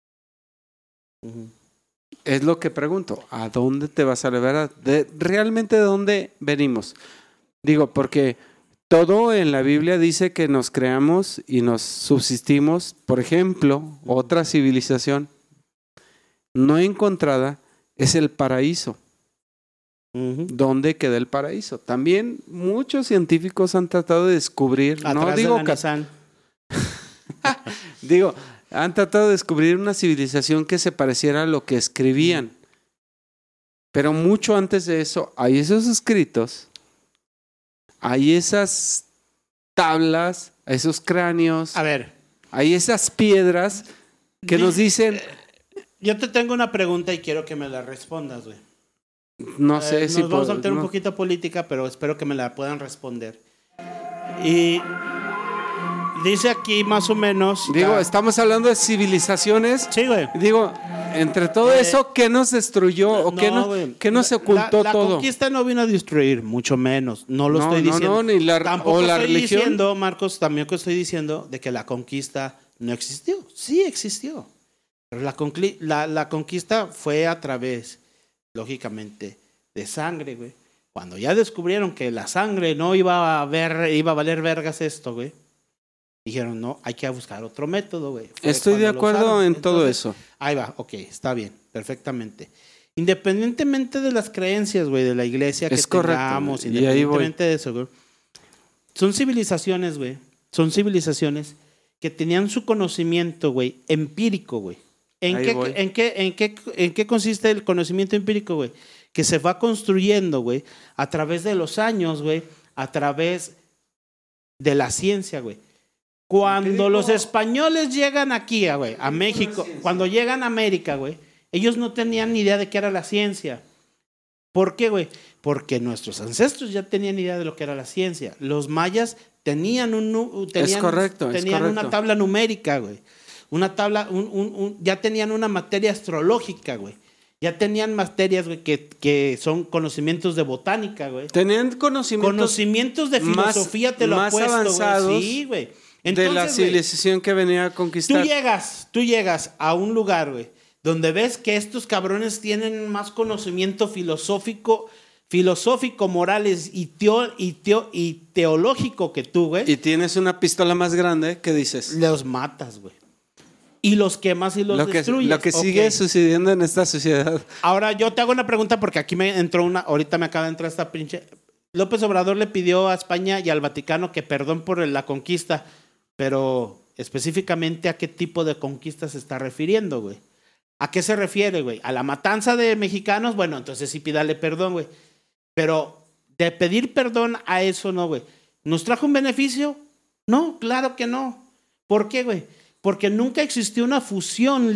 Es lo que pregunto. ¿A dónde te vas a la verdad? ¿Realmente de dónde venimos? Digo, porque todo en la Biblia dice que nos creamos y nos subsistimos. Por ejemplo, otra civilización no encontrada es el paraíso. ¿Dónde queda el paraíso? También muchos científicos han tratado de descubrir. Han tratado de descubrir una civilización que se pareciera a lo que escribían. Pero mucho antes de eso, hay esos escritos, hay esas tablas, esos cráneos. A ver. Hay esas piedras que nos dicen. Yo te tengo una pregunta y quiero que me la respondas, güey. No sé si nos vamos a meter un poquito a política, pero espero que me la puedan responder. Y dice aquí más o menos... estamos hablando de civilizaciones. Sí, güey. Entre todo eso, ¿qué nos destruyó o qué nos ocultó todo? La conquista no vino a destruir, mucho menos. No lo estoy diciendo. Ni tampoco la estoy religión. Diciendo, Marcos, también que estoy diciendo de que la conquista no existió. Sí existió. Pero la conquista fue a través, lógicamente, de sangre, güey. Cuando ya descubrieron que la sangre no iba a valer vergas esto, güey, dijeron, no, hay que buscar otro método, güey. Estoy de acuerdo en todo eso. Ahí va, ok, está bien, perfectamente. Independientemente de las creencias, güey, de la iglesia que tengamos, independientemente de eso, güey. Son civilizaciones, güey. Son civilizaciones que tenían su conocimiento, güey, empírico, güey. ¿En qué consiste el conocimiento empírico, güey? Que se va construyendo, güey, a través de los años, güey, a través de la ciencia, güey. Cuando los españoles llegan aquí, güey, a México, cuando llegan a América, güey, ellos no tenían ni idea de qué era la ciencia. ¿Por qué, güey? Porque nuestros ancestros ya tenían idea de lo que era la ciencia. Los mayas tenían una tabla numérica, güey. Una tabla, ya tenían una materia astrológica, güey. Ya tenían materias, güey, que son conocimientos de botánica, güey. Tenían conocimientos de filosofía, te lo apuesto, avanzados, güey. Sí, güey. Entonces, de la civilización que venía a conquistar. Tú llegas a un lugar, güey, donde ves que estos cabrones tienen más conocimiento filosófico, morales y teológico que tú, güey. Y tienes una pistola más grande, ¿qué dices? Los matas, güey. Y los quemas y los destruyes. Lo que sigue sucediendo en esta sociedad. Ahora, yo te hago una pregunta porque aquí ahorita me acaba de entrar esta pinche... López Obrador le pidió a España y al Vaticano que perdón por la conquista, pero específicamente a qué tipo de conquista se está refiriendo, güey. ¿A qué se refiere, güey? ¿A la matanza de mexicanos? Bueno, entonces sí pídale perdón, güey. Pero de pedir perdón a eso no, güey. ¿Nos trajo un beneficio? No, claro que no. ¿Por qué, güey? Porque nunca existió una fusión.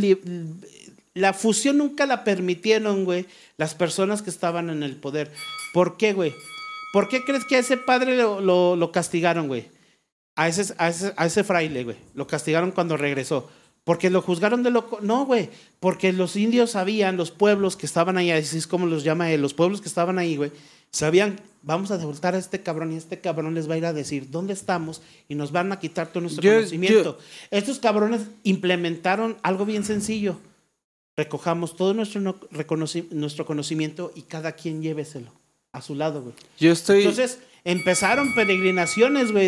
La fusión nunca la permitieron, güey, las personas que estaban en el poder. ¿Por qué, güey? ¿Por qué crees que a ese padre lo castigaron, güey? A ese fraile, güey. Lo castigaron cuando regresó. Porque lo juzgaron de loco. No, güey. Porque los indios sabían, los pueblos que estaban ahí, así es como los llama él, los pueblos que estaban ahí, güey, sabían, vamos a devoltar a este cabrón y este cabrón les va a ir a decir dónde estamos y nos van a quitar todo nuestro conocimiento. Estos cabrones implementaron algo bien sencillo. Recojamos todo nuestro conocimiento y cada quien lléveselo a su lado, güey. Entonces, empezaron peregrinaciones, güey,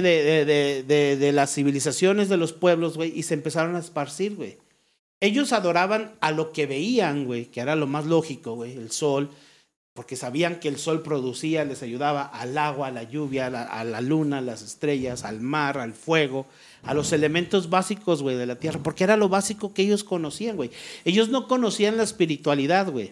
de las civilizaciones de los pueblos, güey, y se empezaron a esparcir, güey. Ellos adoraban a lo que veían, güey, que era lo más lógico, güey, el sol, porque sabían que el sol producía, les ayudaba al agua, a la lluvia, a la luna, a las estrellas, al mar, al fuego, a los elementos básicos, güey, de la tierra, porque era lo básico que ellos conocían, güey. Ellos no conocían la espiritualidad, güey.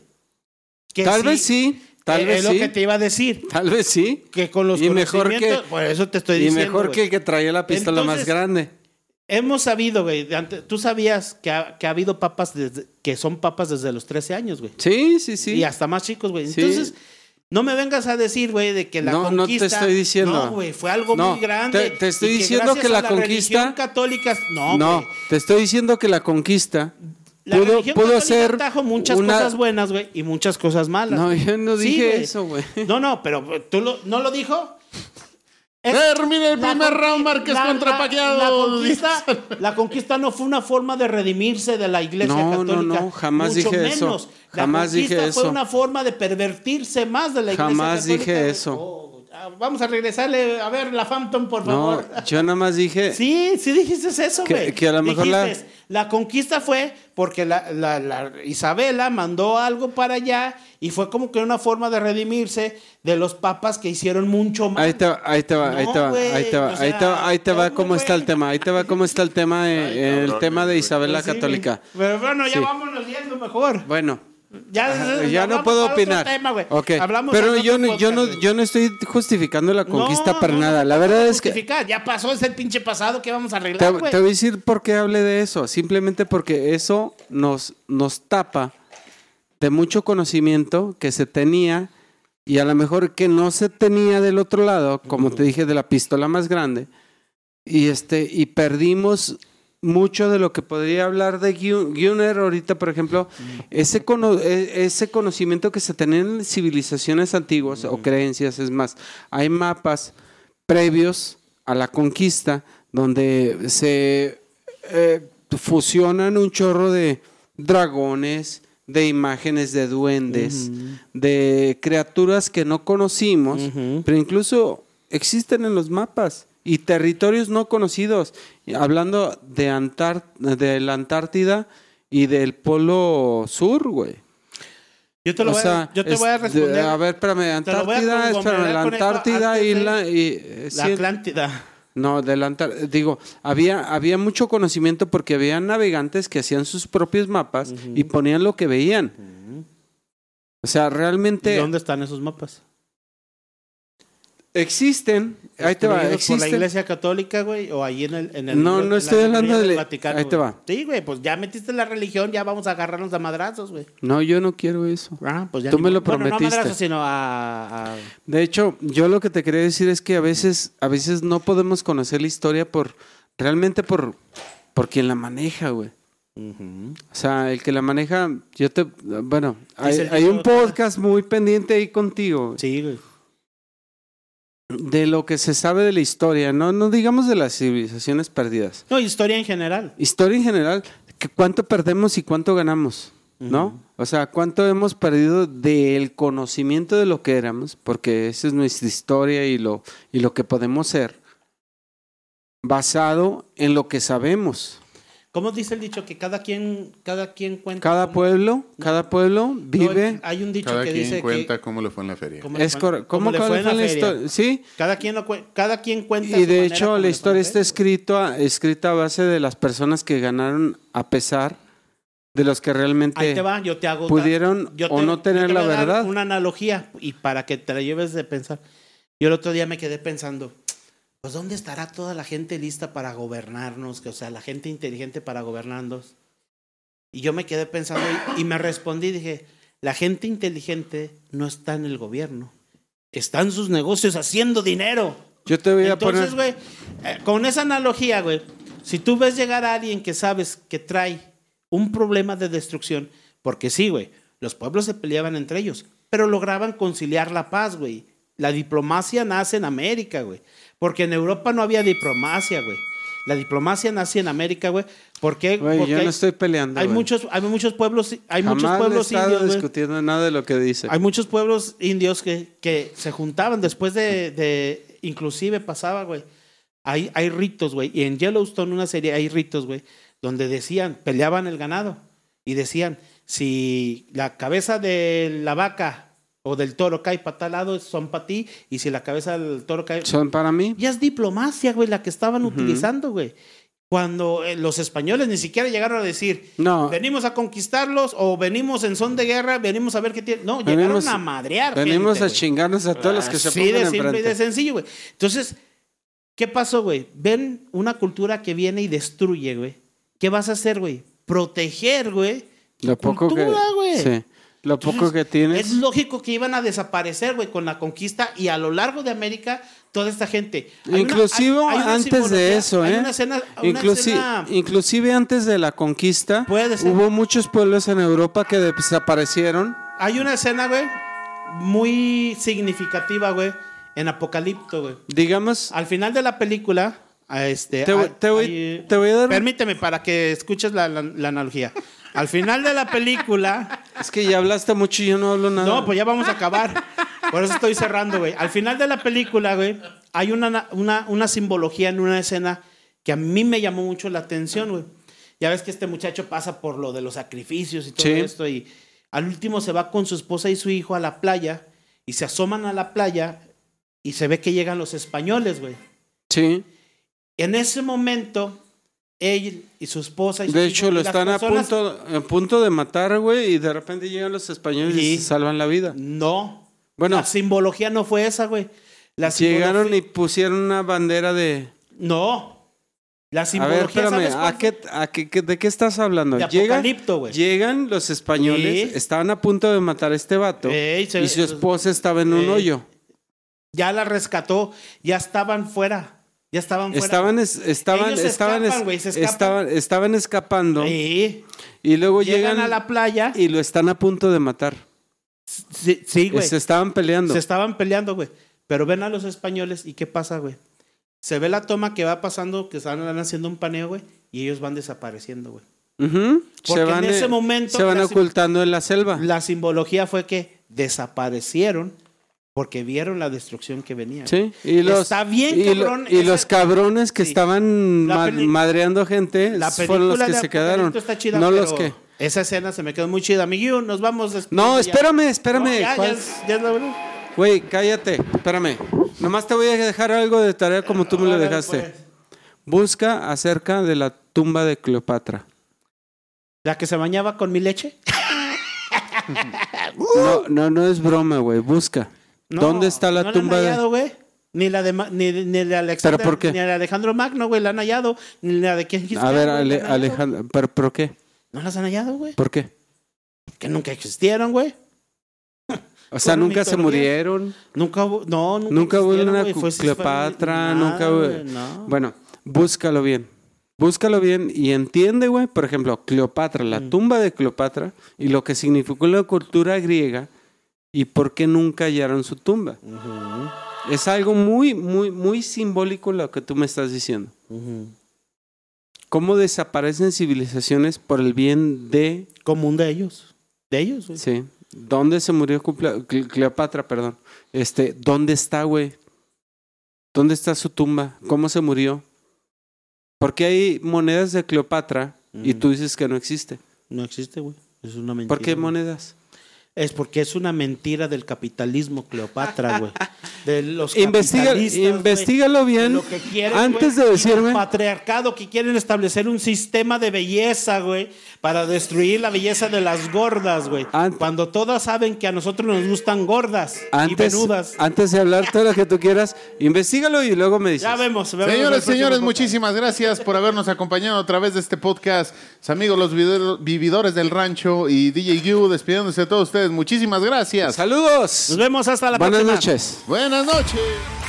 Tal vez sí. Tal vez es lo que te iba a decir. Tal vez sí. Que con los conocimientos, por eso te estoy diciendo. Y mejor güey, que el que traía la pistola entonces, más grande. Hemos sabido, güey. Tú sabías que ha habido papas que son papas desde los 13 años, güey. Sí, sí, sí. Y hasta más chicos, güey. Sí. Entonces, no me vengas a decir, güey, de que la conquista. No te estoy diciendo. No, güey, fue algo muy grande. Te estoy diciendo que la conquista. Católica, no, te estoy diciendo que la conquista. La religión pudo católica ser trajo muchas cosas buenas, güey, y muchas cosas malas. No, yo no dije eso, güey. No, pero ¿no lo dijo? Termina el primer round, Márquez contra Pacquiao. La conquista no fue una forma de redimirse de la Iglesia Católica. No, jamás dije eso. Jamás dije eso. La conquista fue una forma de pervertirse más de la Iglesia Católica. Jamás dije eso. Vamos a regresarle a ver la Phantom, por favor. No, yo nada más dije... Sí dijiste eso, güey. Que a lo mejor la conquista fue porque la Isabela mandó algo para allá y fue como que una forma de redimirse de los papas que hicieron mucho mal. Ahí te va cómo está el tema. Ahí te va cómo está el tema, el tema de Isabel la Católica. Pero bueno, ya vámonos yendo mejor. Bueno. Ya no puedo opinar. Tema, okay. Pero yo no estoy justificando la conquista para nada. La verdad es que ya pasó, es el pinche pasado que vamos a arreglar. Te voy a decir por qué hablé de eso. Simplemente porque eso nos tapa de mucho conocimiento que se tenía y a lo mejor que no se tenía del otro lado, como te dije, de la pistola más grande. Y perdimos mucho de lo que podría hablar de Gunner ahorita, por ejemplo, ese conocimiento que se tenía en civilizaciones antiguas o creencias. Es más, hay mapas previos a la conquista donde se fusionan un chorro de dragones, de imágenes de duendes, de criaturas que no conocimos, pero incluso existen en los mapas. Y territorios no conocidos, hablando de la Antártida y del Polo Sur, güey. Yo te voy a responder. A ver, espérame, Antártida, espérame, la Antártida y la Atlántida. No, de la Antártida. Digo, había mucho conocimiento porque había navegantes que hacían sus propios mapas y ponían lo que veían. O sea, realmente... ¿Y dónde están esos mapas? Existen, ahí te va, existen. ¿Por la Iglesia Católica, güey? ¿O ahí en el No estoy hablando del Vaticano? Ahí te va. Sí, güey, pues ya metiste la religión, ya vamos a agarrarnos a madrazos, güey. No, yo no quiero eso. Pues ya tú me lo prometiste. No a madrazos, sino a... De hecho, yo lo que te quería decir es que a veces no podemos conocer la historia realmente por quien la maneja, güey. O sea, el que la maneja, hay un podcast muy pendiente ahí contigo, güey. Sí, güey. De lo que se sabe de la historia, no digamos de las civilizaciones perdidas. No, historia en general. Historia en general, que cuánto perdemos y cuánto ganamos, ¿no? O sea, cuánto hemos perdido del conocimiento de lo que éramos, porque esa es nuestra historia y lo que podemos ser, basado en lo que sabemos. ¿Cómo dice el dicho? Que cada quien cuenta. Cada pueblo vive. No, hay un dicho Cada que quien dice cuenta cómo le fue en la feria. ¿Cómo le fue en la historia? Sí. Cada quien cuenta. Y de hecho la historia está escrita a base de las personas que ganaron a pesar de los que realmente Ahí te va, yo te hago pudieron o no tener la verdad. Una analogía y para que te la lleves de pensar. Yo el otro día me quedé pensando, pues ¿dónde estará toda la gente lista para gobernarnos? O sea, la gente inteligente para gobernarnos. Y yo me quedé pensando y me respondí, dije, la gente inteligente no está en el gobierno. Está en sus negocios haciendo dinero. Yo te voy a Entonces, güey, con esa analogía, güey, si tú ves llegar a alguien que sabes que trae un problema de destrucción, porque sí, güey, los pueblos se peleaban entre ellos, pero lograban conciliar la paz, güey. La diplomacia nace en América, güey. Porque en Europa no había diplomacia, güey. La diplomacia nace en América, güey. ¿Por qué? Güey, porque yo no estoy peleando. Hay muchos pueblos, Jamás he estado indios, discutiendo nada de lo que dice. Hay muchos pueblos indios que se juntaban después de inclusive pasaba, güey. Hay ritos, güey. Y en Yellowstone, una serie, hay ritos, güey, donde decían, peleaban el ganado. Y decían, si la cabeza de la vaca o del toro cae para tal lado, son para ti. Y si la cabeza del toro cae... ¿Son para mí? Ya es diplomacia, güey, la que estaban utilizando, güey. Cuando los españoles ni siquiera llegaron a decir, no, venimos a conquistarlos o venimos en son de guerra, venimos a ver qué tienen. No, llegaron a madrear. Venimos gente, a chingarnos a todos los que se pongan enfrente. Así de simple y de sencillo, güey. Entonces, ¿qué pasó, güey? Ven una cultura que viene y destruye, güey. ¿Qué vas a hacer, güey? Proteger, güey. Lo poco cultura, güey. Sí. Lo poco que tienes. Es lógico que iban a desaparecer, güey, con la conquista y a lo largo de América, toda esta gente. Inclusive antes de eso, hay una escena, inclusive antes de la conquista, hubo muchos pueblos en Europa que desaparecieron. Hay una escena, güey, muy significativa, güey, en Apocalipto, güey. Digamos. Al final de la película, te voy a dar. Permíteme para que escuches la analogía. Al final de la película... Es que ya hablaste mucho y yo no hablo nada. No, pues ya vamos a acabar. Por eso estoy cerrando, güey. Al final de la película, güey, hay una simbología en una escena que a mí me llamó mucho la atención, güey. Ya ves que este muchacho pasa por lo de los sacrificios y todo esto y al último se va con su esposa y su hijo a la playa y se asoman a la playa y se ve que llegan los españoles, güey. Sí. En ese momento... Él y su esposa. De hecho, lo están a punto de matar, güey, y de repente llegan los españoles y se salvan la vida. No. Bueno. La simbología no fue esa, güey. Llegaron y pusieron una bandera de... No. La simbología, a ver, espérame, ¿de qué estás hablando? De Apocalipto, güey. Llegan los españoles, estaban a punto de matar a este vato, y su esposa estaba en un hoyo. Ya la rescató, ya estaban fuera. Ya estaban fuera. Estaban escapando. Sí. Y luego llegan a la playa. Y lo están a punto de matar. Sí, güey. Se estaban peleando. Güey. Pero ven a los españoles y ¿qué pasa, güey? Se ve la toma que va pasando, que están haciendo un paneo, güey. Y ellos van desapareciendo, güey. Porque en ese momento se van ocultando en la selva. La simbología fue que desaparecieron. Porque vieron la destrucción que venía. Sí, está bien, cabrón. Y los cabrones que estaban madreando gente fueron los que se quedaron. Está chida, no los que. Esa escena se me quedó muy chida. Amiguillo, nos vamos después. No, espérame. No, ya es la verdad. Güey, cállate, espérame. Nomás te voy a dejar algo de tarea como tú me lo dejaste. Pues. Busca acerca de la tumba de Cleopatra. ¿La que se bañaba con mi leche? No es broma, güey. Busca. No, ¿dónde está la tumba? No la han hallado, güey. Ni la de Alexander, ¿pero por qué? Ni la de Alejandro Magno, güey, la han hallado. Ni la de quién. A ver, Alejandro, ¿pero por qué? No las han hallado, güey. ¿Por qué? Porque nunca existieron, güey. O sea, nunca se murieron. Nunca hubo una Cleopatra, nunca hubo. No. Bueno, búscalo bien y entiende, güey. Por ejemplo, Cleopatra, la tumba de Cleopatra y lo que significó la cultura griega. ¿Y por qué nunca hallaron su tumba? Es algo muy, muy, muy simbólico lo que tú me estás diciendo. ¿Cómo desaparecen civilizaciones por el bien común de ellos? De ellos, güey. Sí. ¿Dónde se murió Cleopatra, perdón? ¿Dónde está, güey? ¿Dónde está su tumba? ¿Cómo se murió? Porque hay monedas de Cleopatra Y tú dices que no existe. No existe, güey. Es una mentira. ¿Por qué monedas? Es porque es una mentira del capitalismo, Cleopatra, güey. De los capitalistas, Investígalo bien lo que quieren, antes güey, de decirme. El patriarcado que quieren establecer un sistema de belleza, güey, para destruir la belleza de las gordas, güey. Cuando todas saben que a nosotros nos gustan gordas y venudas. Antes de hablar todo lo que tú quieras, investígalo y luego me dices. Ya vemos. Señores, muchísimas gracias por habernos acompañado a través de este podcast. Sus amigos, los vividores del rancho y DJ Gu, despidiéndose de todos ustedes. Muchísimas gracias. Saludos. Nos vemos hasta la próxima. Buenas noches. Buenas noches.